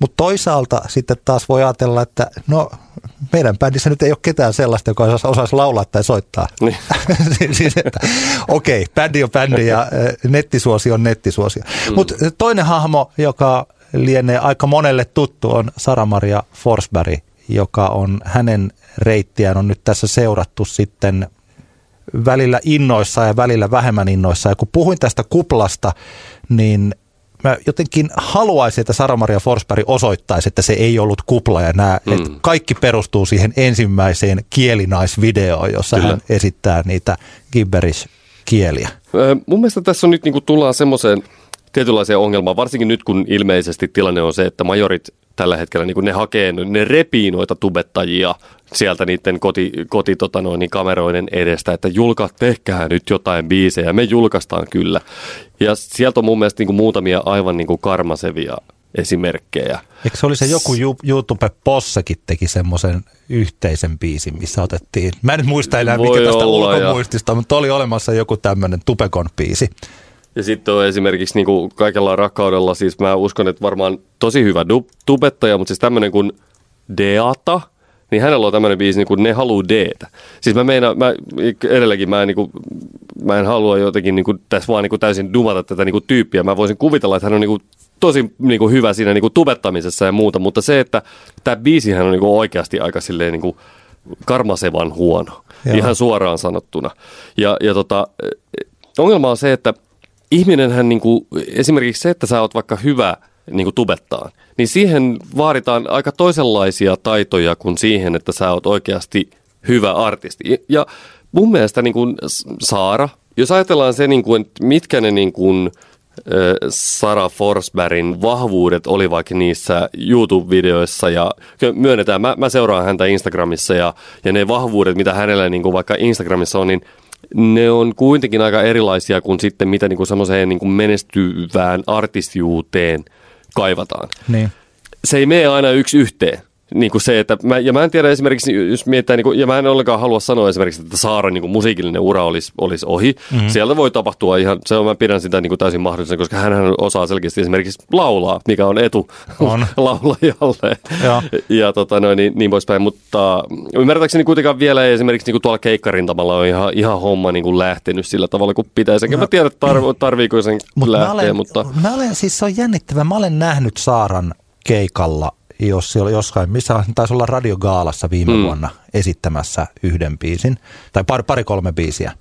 Mutta toisaalta sitten taas voi ajatella, että no meidän bändissä nyt ei ole ketään sellaista, joka osaisi laulaa tai soittaa. Niin. Siis, okei, bändi on bändi ja nettisuosio on nettisuosio. Mutta toinen hahmo, joka lienee aika monelle tuttu, on Sara-Maria Forsberg, joka on hänen reittiään on nyt tässä seurattu sitten välillä innoissaan ja välillä vähemmän innoissaan. Ja kun puhuin tästä kuplasta, niin mä jotenkin haluaisin, että Sara-Maria Forsberg osoittaisi, että se ei ollut kupla ja että kaikki perustuu siihen ensimmäiseen kielinaisvideoon, jossa hän esittää niitä gibberish-kieliä. Mun mielestä tässä on nyt niin kuin tullaan semmoiseen tietynlaiseen ongelmaan, varsinkin nyt kun ilmeisesti tilanne on se, että majorit tällä hetkellä niin ne hakee, ne repii noita tubettajia sieltä niiden kameroiden edestä, että tehkää nyt jotain biisejä, me julkaistaan kyllä. Ja sieltä on mun mielestä niin kuin muutamia aivan niin kuin karmasevia esimerkkejä. Eikö se oli se joku YouTube-possakin teki semmoisen yhteisen biisin, missä otettiin, mä en nyt muista enää mikä tästä ulkomuistista, mutta oli olemassa joku tämmöinen Tupekon biisi. Ja sitten on esimerkiksi niin kuin kaikella rakkaudella, siis mä uskon, että varmaan tosi hyvä tubettaja, mutta siis tämmöinen kuin Deata, niin hänellä on tämmöinen biisi niin kuin Ne haluu Deetä. Siis edelleenkin mä en halua jotenkin niin kuin tässä vaan niin kuin täysin dumata tätä niin kuin tyyppiä. Mä voisin kuvitella, että hän on niin kuin tosi niin kuin hyvä siinä niin kuin tubettamisessa ja muuta, mutta se, että tämä biisihän on niin kuin oikeasti aika silleen niin kuin karmasevan huono, ihan suoraan sanottuna. Ja ongelma on se, että ihminenhän niinku, esimerkiksi se, että sä oot vaikka hyvä niinku tubettaan, niin siihen vaaditaan aika toisenlaisia taitoja kuin siihen, että sä oot oikeasti hyvä artisti. Ja mun mielestä niinku Saara, jos ajatellaan se, niinku, että mitkä ne niinku, Sara Forsbergin vahvuudet oli vaikka niissä YouTube-videoissa ja myönnetään, mä seuraan häntä Instagramissa ja ne vahvuudet, mitä hänellä niinku vaikka Instagramissa on, niin ne on kuitenkin aika erilaisia kuin sitten mitä niinku semmoiseen niinku menestyvään artistiuuteen kaivataan. Niin. Se ei mene aina yksi yhteen. Niinku se, että mä en tiedä esimerkiksi, jos mietitään, niinku, ja mä en ollenkaan halua sanoa esimerkiksi, että Saaran niinku musiikillinen ura olisi ohi. Mm-hmm. Sieltä voi tapahtua ihan, mä pidän sitä niinku täysin mahdollisena, koska hän osaa selkeästi esimerkiksi laulaa, mikä on etu laulajalle. Ja niin poispäin. Mutta ymmärtääkseni kuitenkaan vielä ei esimerkiksi niinku tuolla keikkarintamalla on ihan homma niinku lähtenyt sillä tavalla kuin pitäisi. Enkä mä tiedä, tarviiko sen lähteä. Mä olen, siis se on jännittävä. Mä olen nähnyt Saaran keikalla, jos siellä jossain, missä taisi olla Radiogaalassa viime vuonna esittämässä yhden biisin, tai pari-kolme biisiä.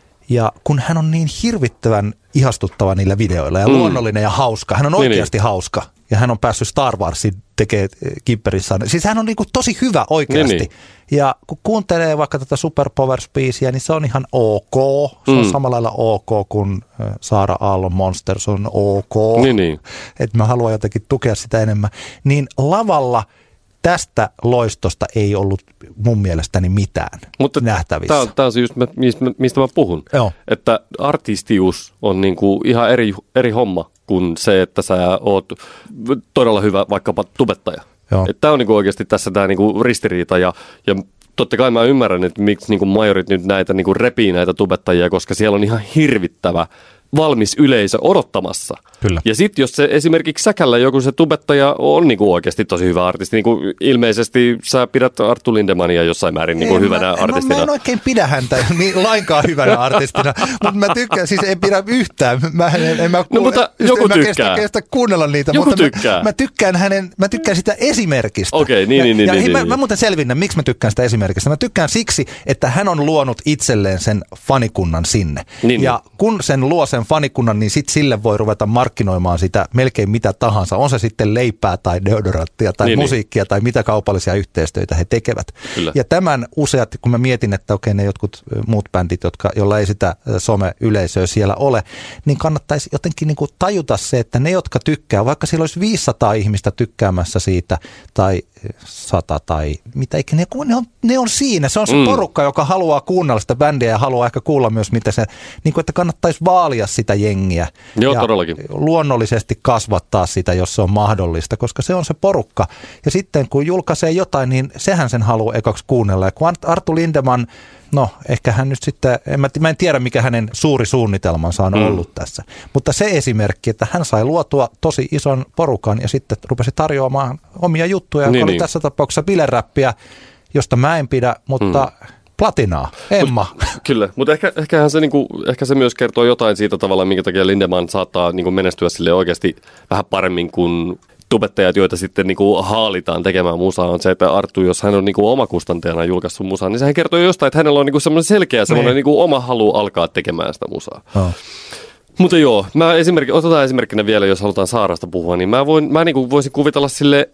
Ja kun hän on niin hirvittävän ihastuttava niillä videoilla ja luonnollinen ja hauska, hän on oikeasti hauska, ja hän on päässyt Star Warsin tekemään Gibberissä. Siis hän on niin kuin tosi hyvä oikeasti. Niin. Ja kun kuuntelee vaikka tätä Superpowers-biisiä, niin se on ihan ok. Se on samalla lailla ok kuin Saara Aallon Monsters on ok. Niin. Että mä haluan jotenkin tukea sitä enemmän. Niin lavalla tästä loistosta ei ollut mun mielestäni mitään nähtävissä. Tämä on se just, mistä mä puhun. Joo. Että artistius on niinku ihan eri homma kuin se, että sä oot todella hyvä vaikkapa tubettaja. Tämä on niinku oikeasti tässä tämä niinku ristiriita ja totta kai mä ymmärrän, että miksi niinku majorit nyt näitä niinku repii näitä tubettajia, koska siellä on ihan hirvittävä valmis yleisö odottamassa. Kyllä. Ja sitten jos se esimerkiksi säkällä joku se tubettaja on niinku oikeasti tosi hyvä artisti, niinku ilmeisesti sä pidät Arttu Lindemania jossain määrin niinku hyvänä artistina. Mä en oikein pidä häntä lainkaan hyvänä artistina, mutta mä tykkään, siis en pidä yhtään. Mutta joku tykkää. Kestä kuunnella niitä, joku mutta tykkää. Mä tykkään sitä esimerkistä. Okei, niin. Mä muuten selvinnän, miksi mä tykkään sitä esimerkistä. Mä tykkään siksi, että hän on luonut itselleen sen fanikunnan sinne. Ja kun sen luo sen fanikunnan, niin sitten sille voi ruveta markkinoimaan sitä melkein mitä tahansa. On se sitten leipää tai deodoranttia tai musiikkia tai mitä kaupallisia yhteistyötä he tekevät. Kyllä. Ja tämän useat, kun mä mietin, että okei, ne jotkut muut bändit, joilla ei sitä some-yleisöä siellä ole, niin kannattaisi jotenkin niin kuin tajuta se, että ne, jotka tykkää, vaikka siellä olisi 500 ihmistä tykkäämässä siitä tai 100 tai mitä ikinä, ne on siinä. Se on se porukka, joka haluaa kuunnella sitä bändiä ja haluaa ehkä kuulla myös, mitä se, niin kuin, että kannattaisi vaalia sitä jengiä. Joo, ja todellakin. Luonnollisesti kasvattaa sitä, jos se on mahdollista, koska se on se porukka. Ja sitten kun julkaisee jotain, niin sehän sen haluaa ekaksi kuunnella. Ja kun Arttu Lindeman no ehkä hän nyt sitten, mä en tiedä mikä hänen suuri suunnitelmansa on ollut tässä. Mutta se esimerkki, että hän sai luotua tosi ison porukan ja sitten rupesi tarjoamaan omia juttuja, joka oli tässä tapauksessa bileräppiä, josta mä en pidä, mutta platinaa, Emma. Kyllä, mutta ehkä se myös kertoo jotain siitä tavalla, minkä takia Lindemann saattaa niinku menestyä sille oikeasti vähän paremmin kuin tubettajat, joita sitten niinku haalitaan tekemään musaa, on se, että Arttu, jos hän on niinku omakustanteena julkaissut musaa, niin sehän kertoo jostain, että hänellä on niinku semmoinen selkeä semmoinen niinku oma halu alkaa tekemään sitä musaa. Mutta joo, otetaan esimerkkinä vielä, jos halutaan Saarasta puhua, niin mä niinku voisin kuvitella sille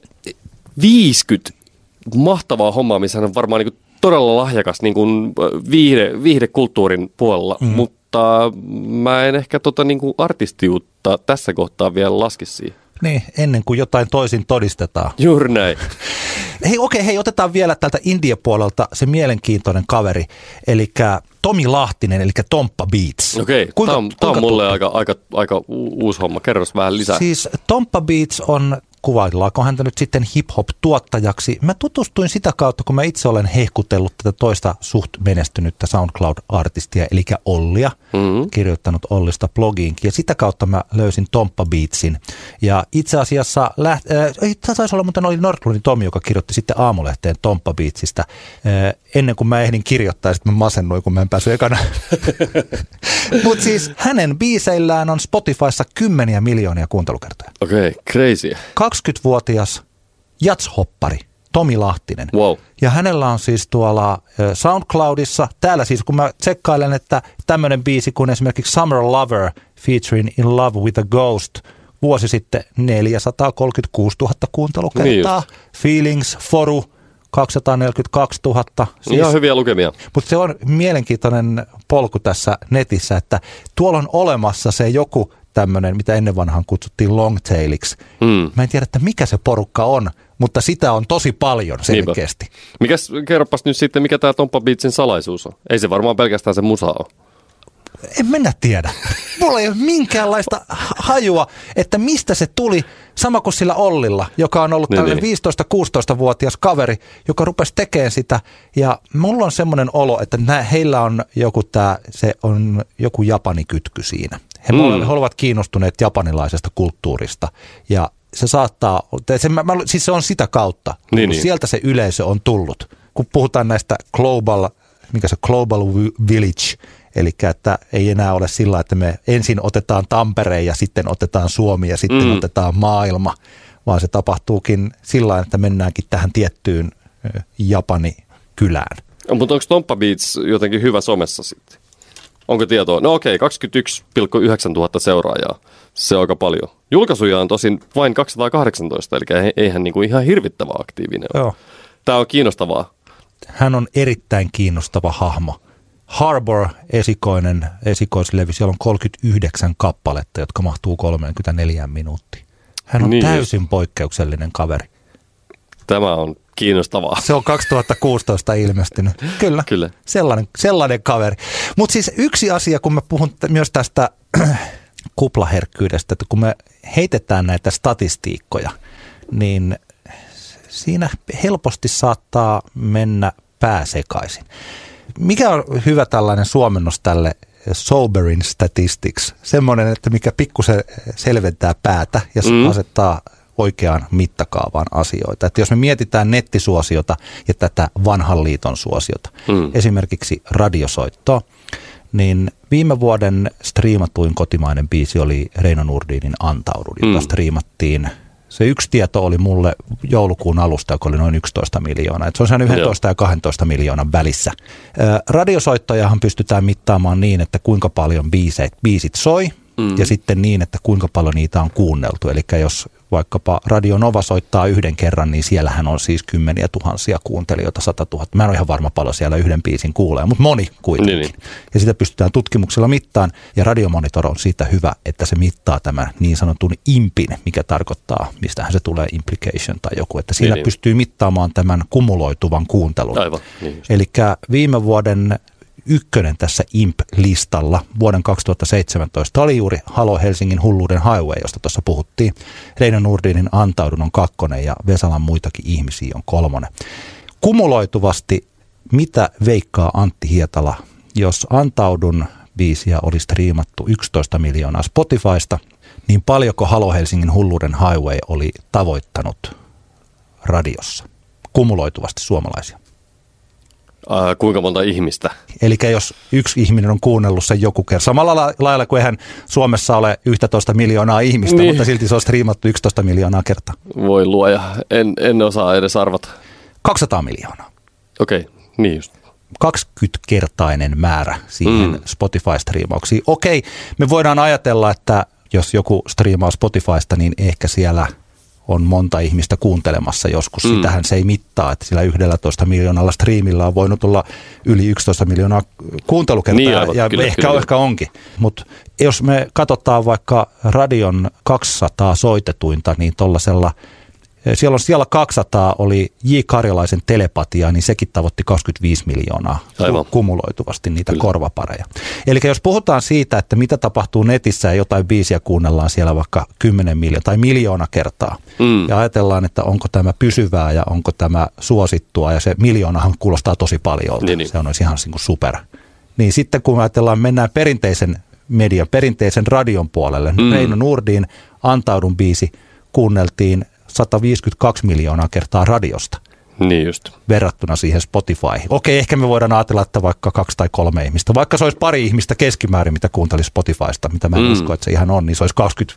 50 mahtavaa hommaa, missä hän on varmaan niinku todella lahjakas niin kuin viihdekulttuurin puolella, mutta mä en ehkä niin kuin artistiutta tässä kohtaa vielä laske siihen. Niin, ennen kuin jotain toisin todistetaan. Juuri näin. Hei, otetaan vielä tältä India-puolelta se mielenkiintoinen kaveri, eli Tomi Lahtinen, eli Tomppa Beats. Okei, tämä on mulle aika uusi homma. Kerros vähän lisää. Siis Tomppa Beats on, kuvaillaanko häntä nyt sitten hip-hop-tuottajaksi. Mä tutustuin sitä kautta, kun mä itse olen hehkutellut tätä toista suht menestynyttä SoundCloud-artistia, eli Ollia, kirjoittanut Ollista blogiinkin, ja sitä kautta mä löysin Tomppa Beatsin. Ja itse asiassa, taisi olla muuten oli Nordlundin Tomi, joka kirjoitti sitten Aamulehteen Tomppa Beatsistä, ennen kuin mä ehdin kirjoittaa, sitten mä masennuin, kun mä en päässyt ekana. Mutta siis hänen biiseillään on Spotifyssa 10 miljoonia kuuntelukertoja. Okei, crazy. 20-vuotias jatshoppari Tomi Lahtinen. Wow. Ja hänellä on siis tuolla SoundCloudissa, täällä siis kun mä tsekkailen, että tämmöinen biisi kuin esimerkiksi Summer Lover featuring In Love with a Ghost, vuosi sitten 436 000 kuuntelukertaa. Niin Feelings, Foru, 242 000. Siis, ihan hyviä lukemia. Mutta se on mielenkiintoinen polku tässä netissä, että tuolla on olemassa se joku tämmöinen, mitä ennen vanhaan kutsuttiin longtailiksi. Mä en tiedä, että mikä se porukka on, mutta sitä on tosi paljon selkeästi. Kerropas nyt sitten, mikä tämä Tomppa Beatsin salaisuus on? Ei se varmaan pelkästään se musa ole. En minä tiedä. Mulla ei ole minkäänlaista hajua, että mistä se tuli. Sama kuin sillä Ollilla, joka on ollut tällainen 15-16-vuotias kaveri, joka rupesi tekemään sitä. Ja mulla on semmoinen olo, että heillä on joku japanikytky siinä. He ovat kiinnostuneet japanilaisesta kulttuurista. Ja se saattaa, siis se on sitä kautta. Sieltä se yleisö on tullut. Kun puhutaan näistä global village, eli että ei enää ole sillä, että me ensin otetaan Tampere ja sitten otetaan Suomi ja sitten otetaan maailma, vaan se tapahtuukin sillä, että mennäänkin tähän tiettyyn Japani-kylään. Mutta onko Tomppa Beats jotenkin hyvä somessa sitten? Onko tietoa? No okei, 21,9 000 seuraajaa. Se on aika paljon. Julkaisuja on tosin vain 218, eli eihän niinku ihan hirvittävän aktiivinen ole. Tämä on kiinnostavaa. Hän on erittäin kiinnostava hahmo. Harbor esikoislevy, siellä on 39 kappaletta, jotka mahtuu 34 minuuttiin. Hän on täysin poikkeuksellinen kaveri. Tämä on kiinnostavaa. Se on 2016 ilmestynyt. Kyllä. Sellainen kaveri. Mutta siis yksi asia, kun mä puhun myös tästä kuplaherkkyydestä, että kun me heitetään näitä statistiikkoja, niin siinä helposti saattaa mennä pää sekaisin. Mikä on hyvä tällainen suomennos tälle sobering statistics? Semmoinen, että mikä pikkusen selventää päätä ja asettaa oikeaan mittakaavaan asioita. Että jos me mietitään nettisuosiota ja tätä vanhan liiton suosiota, esimerkiksi radiosoittoa, niin viime vuoden striimatuin kotimainen biisi oli Reino Nurdinin Antaudun, jota striimattiin. Se yksi tieto oli mulle joulukuun alusta, joka oli noin 11 miljoonaa. Se on sen 11 ja 12 miljoonan välissä. Radiosoittojahan pystytään mittaamaan niin, että kuinka paljon biisit soi ja sitten niin, että kuinka paljon niitä on kuunneltu. Eli jos vaikkapa Radio Nova soittaa yhden kerran, niin siellähän on siis 10 000 kuuntelijoita, 100 000. Mä en ole ihan varma paljon siellä yhden biisin kuulee, mutta moni kuitenkin. Niin. Ja sitä pystytään tutkimuksella mittaan, ja Radiomonitor on siitä hyvä, että se mittaa tämän niin sanotun impin, mikä tarkoittaa, mistähän se tulee implication tai joku, että siinä pystyy mittaamaan tämän kumuloituvan kuuntelun. Aivan. Eli viime vuoden ykkönen tässä IMP-listalla vuoden 2017 oli juuri Halo Helsingin hulluuden highway, josta tuossa puhuttiin. Reino Nurdinin Antaudun on 2 ja Vesalan muitakin ihmisiä on 3. Kumuloituvasti mitä veikkaa Antti Hietala, jos Antaudun biisiä oli striimattu 11 miljoonaa Spotifysta, niin paljonko Halo Helsingin Hulluuden Highway oli tavoittanut radiossa kumuloituvasti suomalaisia? Kuinka monta ihmistä? Eli jos yksi ihminen on kuunnellut sen joku kerran. Samalla lailla kuin eihän Suomessa ole 11 miljoonaa ihmistä, niin. Mutta silti se on striimattu 11 miljoonaa kertaa. Voi luoja, en osaa edes arvata. 200 miljoonaa. Okei, niin just. 20-kertainen määrä siihen Spotify-striimauksiin. Okei, me voidaan ajatella, että jos joku striimaa Spotifysta, niin ehkä siellä on monta ihmistä kuuntelemassa joskus. Sitähän se ei mittaa, että sillä 11 miljoonalla striimillä on voinut olla yli 11 miljoonaa kuuntelukertaa, niin, ja kyllä, ehkä onkin. Mutta jos me katsotaan vaikka radion 200 soitetuinta, niin tollasella, siellä 200 oli J. Karjalaisen Telepatia, niin sekin tavoitti 25 miljoonaa kumuloituvasti niitä kyllä. korvapareja. Eli jos puhutaan siitä, että mitä tapahtuu netissä ja jotain biisiä kuunnellaan siellä vaikka 10 miljoonaa tai miljoona kertaa, ja ajatellaan, että onko tämä pysyvää ja onko tämä suosittua, ja se miljoonahan kuulostaa tosi paljolta, niin. Se on ihan super. Niin sitten kun ajatellaan, mennään perinteisen median, perinteisen radion puolelle, Reino Nurdin Antaudun biisi kuunneltiin 152 miljoonaa kertaa radiosta. Niin just. Verrattuna siihen Spotifyhin. Okei, ehkä me voidaan ajatella, että vaikka 2 tai 3 ihmistä, vaikka se olisi pari ihmistä keskimäärin, mitä kuuntelisi Spotifysta, mitä mä en usko, että se ihan on, niin se olisi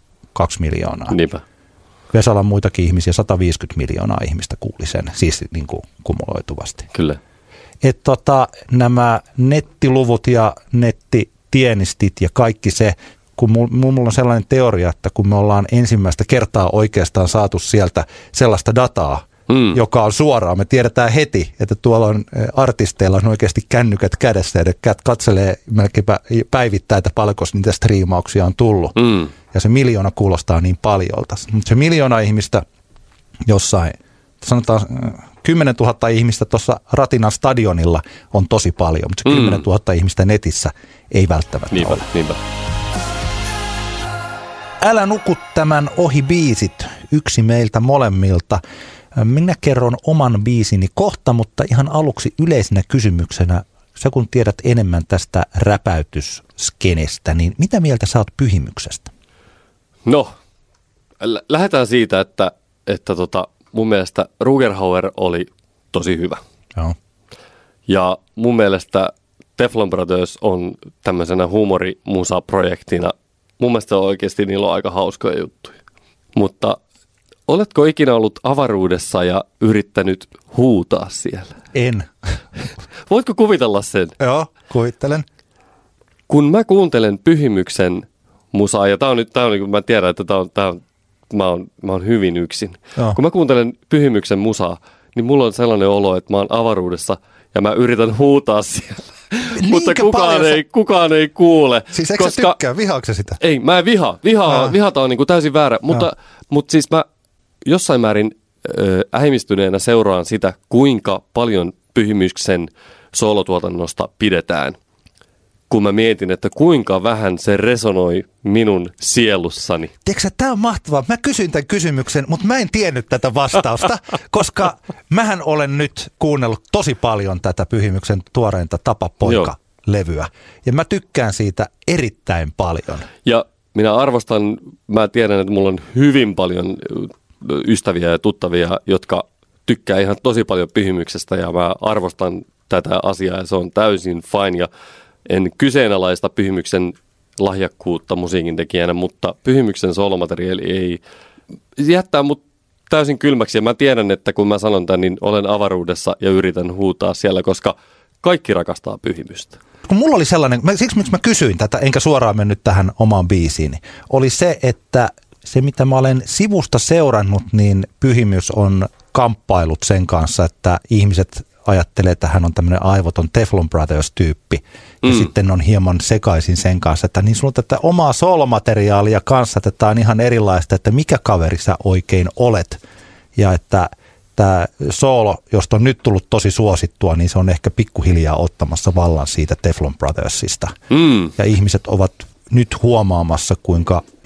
22 miljoonaa. Niinpä. Vesalan muitakin ihmisiä, 150 miljoonaa ihmistä kuuli sen, siis niin kuin kumuloituvasti. Kyllä. Että nämä nettiluvut ja nettitienistit ja kaikki se, kun mulla on sellainen teoria, että kun me ollaan ensimmäistä kertaa oikeastaan saatu sieltä sellaista dataa, joka on suoraan, me tiedetään heti, että tuolla on artisteilla on oikeasti kännykät kädessä ja ne katselee melkeinpä päivittäin, että paljonko niitä striimauksia on tullut. Ja se miljoona kuulostaa niin paljolta. Mutta se miljoona ihmistä jossain, sanotaan 10 000 ihmistä tuossa Ratinan stadionilla on tosi paljon, mutta se 10 000 ihmistä netissä ei välttämättä ole. Niinpä. Älä nuku tämän ohi biisit, yksi meiltä molemmilta. Minä kerron oman biisini kohta, mutta ihan aluksi yleisenä kysymyksenä, sä kun tiedät enemmän tästä räpäytysskenestä, niin mitä mieltä sä oot Pyhimyksestä? No, lähdetään siitä, että mun mielestä Rugerhauer oli tosi hyvä. Joo. Ja mun mielestä Teflon Brothers on tämmöisenä huumorimusa-projektina. Mun mielestä oikeasti niillä on aika hauskoja juttuja. Mutta oletko ikinä ollut avaruudessa ja yrittänyt huutaa siellä? En. Voitko kuvitella sen? Joo, kuvittelen. Kun mä kuuntelen Pyhimyksen musaa, ja tää on mä tiedän, että mä oon hyvin yksin. Joo. Kun mä kuuntelen Pyhimyksen musaa, niin mulla on sellainen olo, että mä oon avaruudessa ja mä yritän huutaa siellä. Mutta kukaan ei kuule. Siis eikö sä tykkää? Vihaatko sä sitä? Ei, mä en vihaa. Vihata on niin kuin täysin väärä. Mutta siis mä jossain määrin ähmistyneenä seuraan sitä, kuinka paljon Pyhimyksen soolotuotannosta pidetään. Kun mä mietin, että kuinka vähän se resonoi minun sielussani. Tiedätkö, tämä on mahtavaa. Mä kysyin tämän kysymyksen, mutta mä en tiennyt tätä vastausta, koska mähän olen nyt kuunnellut tosi paljon tätä Pyhimyksen tuoreinta Tapa poika-levyä. Ja mä tykkään siitä erittäin paljon. Ja mä tiedän, että mulla on hyvin paljon ystäviä ja tuttavia, jotka tykkää ihan tosi paljon Pyhimyksestä, ja mä arvostan tätä asiaa, ja se on täysin fine, ja en kyseenalaista Pyhimyksen lahjakkuutta musiikin tekijänä, mutta Pyhimyksen soolomateriaali ei jättää mut täysin kylmäksi. Ja mä tiedän, että kun mä sanon tämän, niin olen avaruudessa ja yritän huutaa siellä, koska kaikki rakastaa Pyhimystä. Kun mulla oli sellainen, siksi miksi mä kysyin tätä, enkä suoraan mennyt tähän omaan biisiini, oli se, että se mitä mä olen sivusta seurannut, niin Pyhimys on kamppailut sen kanssa, että ihmiset ajattelee, että hän on tämmöinen aivoton Teflon Brothers-tyyppi. Ja sitten on hieman sekaisin sen kanssa, että niin sulla tätä omaa soolomateriaalia kanssa, tätä on ihan erilaista, että mikä kaveri sä oikein olet. Ja että tämä soolo, josta on nyt tullut tosi suosittua, niin se on ehkä pikkuhiljaa ottamassa vallan siitä Teflon Brothersista. Ja ihmiset ovat nyt huomaamassa, kuinka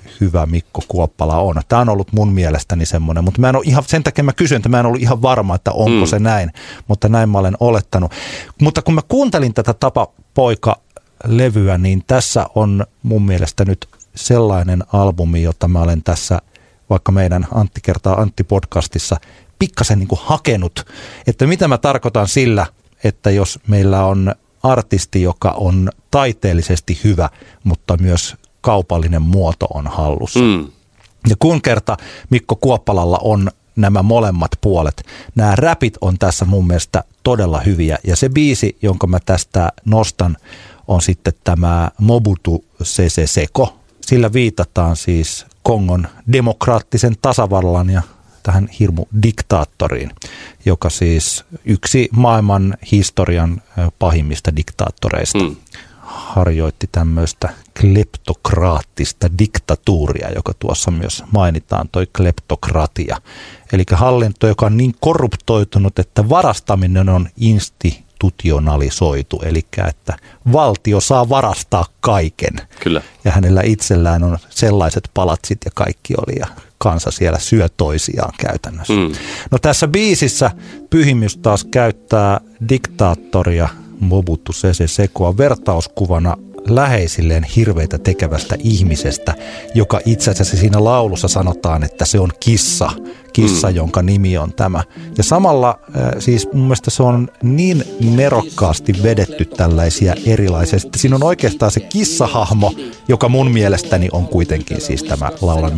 hyvä Mikko Kuoppala on. Tämä on ollut mun mielestäni semmoinen, mutta mä en ole ihan, sen takia mä kysyn, että mä en ollut ihan varma, että onko se näin, mutta näin mä olen olettanut. Mutta kun mä kuuntelin tätä Tapa Poika-levyä, niin tässä on mun mielestä nyt sellainen albumi, jota mä olen tässä vaikka meidän Antti kertaa Antti-podcastissa pikkasen niin kuin hakenut, että mitä mä tarkoitan sillä, että jos meillä on artisti, joka on taiteellisesti hyvä, mutta myös kaupallinen muoto on hallussa. Ja kun kerta Mikko Kuoppalalla on nämä molemmat puolet, nämä räpit on tässä mun mielestä todella hyviä. Ja se biisi, jonka mä tästä nostan, on sitten tämä Mobutu Sese Seko. Sillä viitataan siis Kongon demokraattisen tasavallan ja tähän hirmudiktaattoriin, joka siis yksi maailman historian pahimmista diktaattoreista harjoitti tämmöistä kleptokraattista diktatuuria, joka tuossa myös mainitaan, toi kleptokratia. Eli hallinto, joka on niin korruptoitunut, että varastaminen on institutionalisoitu, eli että valtio saa varastaa kaiken. Kyllä. Ja hänellä itsellään on sellaiset palatsit ja kaikki oli ja kansa siellä syö toisiaan käytännössä. No tässä biisissä Pyhimys taas käyttää diktaattoria Mobutu Sese Sekoa vertauskuvana läheisilleen hirveitä tekevästä ihmisestä, joka itse asiassa siinä laulussa sanotaan, että se on kissa, jonka nimi on tämä. Ja samalla siis mun mielestä se on niin nerokkaasti vedetty tällaisia erilaisia. Sitten siinä on oikeastaan se kissahahmo, joka mun mielestäni on kuitenkin siis tämä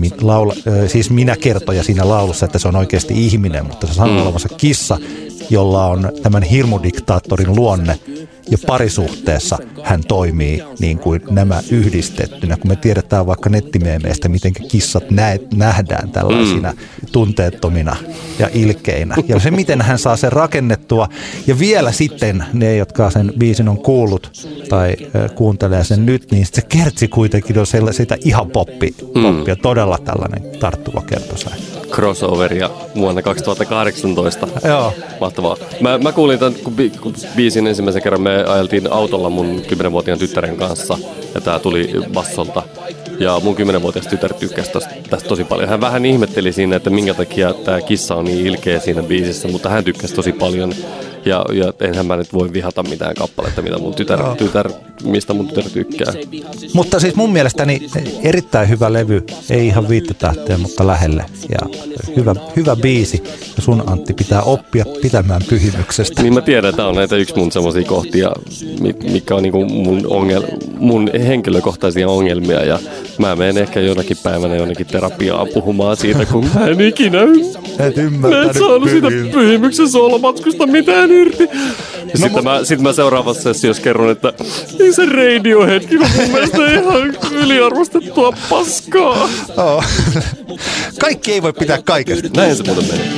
siis minä kertoja siinä laulussa, että se on oikeasti ihminen, mutta se sanoo olevansa kissa, jolla on tämän hirmudiktaattorin luonne ja parisuhteessa hän toimii niin kuin nämä yhdistettynä, kun me tiedetään vaikka nettimeemeistä, miten kissat nähdään tällaisina tunteettomina ja ilkeinä. Ja se, miten hän saa sen rakennettua ja vielä sitten ne, jotka sen biisin on kuullut tai kuuntelee sen nyt, niin se kertsi kuitenkin on sitä ihan poppia, todella tällainen tarttuva kertosäe. Crossoveria vuonna 2018. Joo. Mahtavaa. Mä kuulin tämän, kun biisin ensimmäisen kerran me ajeltiin autolla mun 10-vuotiaan tyttären kanssa ja tää tuli bassolta. Ja mun 10-vuotias tytär tykkäsi tästä tosi paljon. Hän vähän ihmetteli siinä, että minkä takia tää kissa on niin ilkeä siinä biisissä, mutta hän tykkäsi tosi paljon. Ja enhän mä nyt voi vihata mitään kappaletta, mitä mistä mun tytär tykkää. Mutta siis mun mielestäni erittäin hyvä levy, ei ihan 5 tähteä, mutta lähelle. Ja hyvä biisi. Ja sun, Antti, pitää oppia pitämään Pyhimyksestä. Niin mä tiedän, että on näitä yksi mun semmosia kohtia, mikä on niinku mun henkilökohtaisia ongelmia. Ja mä menen ehkä jonakin päivänä jonnekin terapiaan puhumaan siitä, kun mä en ikinä saanut siitä Pyhimyksen soolomatskusta mitään irti. Sitten mä seuraavassa sessiossa kerron, että niin se Radioheadkin on mun mielestä ihan yliarvostettua paskaa. Oh. Kaikki ei voi pitää kaikesta. Näin se muuten menee.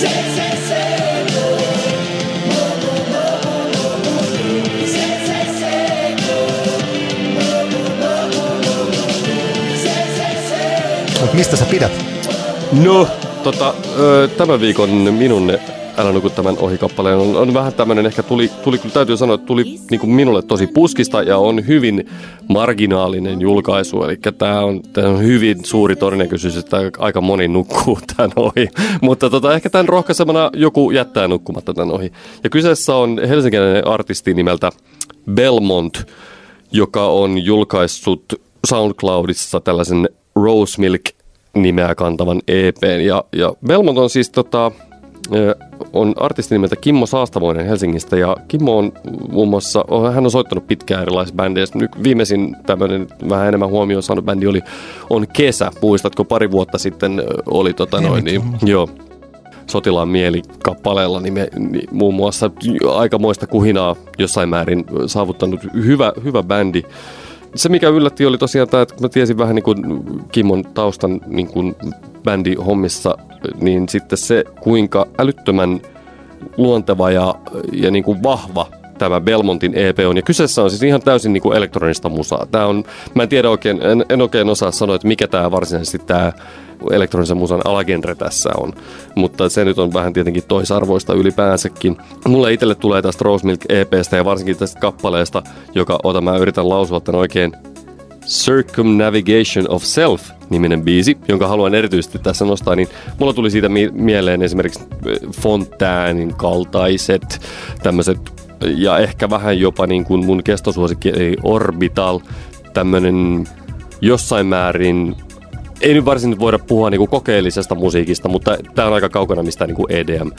Mistä sä pidät? No, tämän viikon minun Älä nuku tämän ohikappaleen on vähän tämmönen, ehkä tuli kyllä täytyy sanoa, että tuli niin kuin minulle tosi puskista ja on hyvin marginaalinen julkaisu. Eli tämä on hyvin suuri todennäköisyys, että aika moni nukkuu tämän ohi. Mutta ehkä tämän rohkaisemana joku jättää nukkumatta tämän ohi. Ja kyseessä on helsinkiläinen artisti nimeltä Belmont, joka on julkaissut SoundCloudissa tällaisen Rose Milk-nimeä kantavan EP:n. Ja Belmont on siis on artisti nimeltä Kimmo Saastavoinen Helsingistä, ja Kimmo on muun muassa, hän on soittanut pitkään erilaisissa bändeissä. Nyt viimeisin tämmöinen vähän enemmän huomioon saanut bändi on Kesä. Muistatko, pari vuotta sitten oli joo, Sotilaan mieli -kappaleella niin muun muassa aikamoista kuhinaa jossain määrin saavuttanut hyvä bändi. Se, mikä yllätti, oli tosiaan tämä, että kun mä tiesin vähän niin kuin Kimmon taustan niin kuin bändihommissa, niin sitten se, kuinka älyttömän luonteva ja niin kuin vahva tämä Belmontin EP on. Ja kyseessä on siis ihan täysin niin kuin elektronista musaa. Tämä on, mä en tiedä oikein, en oikein osaa sanoa, että mikä tämä varsinaisesti tämä elektronisen musan alagenre tässä on. Mutta se nyt on vähän tietenkin toisarvoista ylipäänsäkin. Mulle itselle tulee tästä Rose Milk EP:stä ja varsinkin tästä kappaleesta, joka mä yritän lausua tämän oikein. Circumnavigation of Self. niminen biisi, jonka haluan erityisesti tässä nostaa, niin mulla tuli siitä mieleen esimerkiksi Fontainein kaltaiset tämmöiset, ja ehkä vähän jopa niin kuin mun kestosuosikki eli Orbital, tämmöinen jossain määrin, ei nyt varsin voida puhua niinku kokeellisesta musiikista, mutta tää on aika kaukana mistään niinku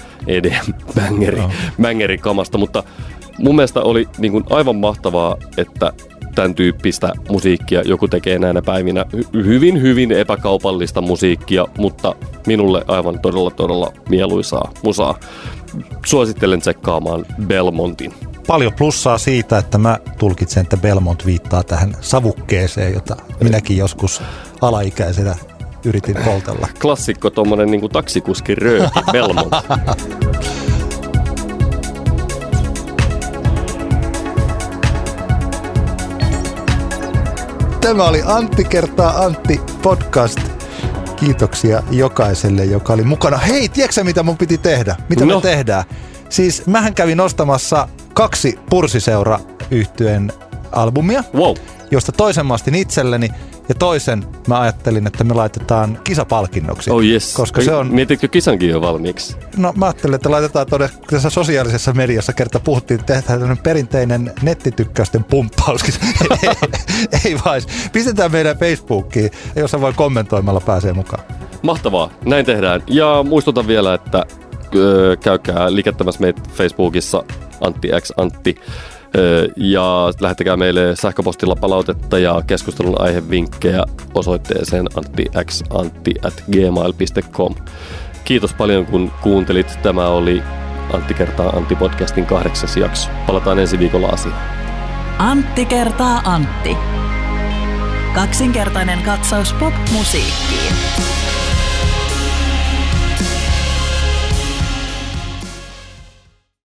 EDM-bangerikamasta, mutta mun mielestä oli niinku aivan mahtavaa, että tämän tyyppistä musiikkia joku tekee näinä päivinä. Hyvin epäkaupallista musiikkia, mutta minulle aivan todella mieluisaa musaa. Suosittelen tsekkaamaan Belmontin. Paljon plussaa siitä, että mä tulkitsen, että Belmont viittaa tähän savukkeeseen, jota minäkin joskus alaikäisenä yritin poltella. Klassikko, tommonen niinku taksikuski rööki, Belmont. Tämä oli Antti kertaa Antti podcast. Kiitoksia jokaiselle, joka oli mukana. Hei, tiedätkö mitä mun piti tehdä? Mitä me tehdään? Siis mähän kävin ostamassa 2 Pursiseura-yhtyeen albumia, josta toisen mä ostin itselleni ja toisen mä ajattelin, että me laitetaan kisapalkinnoksi. Oh yes. Koska se on... Mietitkö kisankin jo valmiiksi? No mä ajattelin, että laitetaan tässä sosiaalisessa mediassa, kerta puhuttiin, että tehdään tämmöinen perinteinen nettitykkäysten pumppaus. Ei vaan. Pistetään meidän Facebookiin, jossa voi kommentoimalla pääsee mukaan. Mahtavaa, näin tehdään. Ja muistutan vielä, että käykää liikettämässä meitä Facebookissa Antti X Antti. Ja lähettäkää meille sähköpostilla palautetta ja keskustelun aihevinkkejä osoitteeseen antixantti@gmail.com. Kiitos paljon kun kuuntelit. Tämä oli Antti kertaa Antti podcastin 8. jakso. Palataan ensi viikolla asiaan. Antti kertaa Antti. Kaksinkertainen katsaus pop-musiikkiin.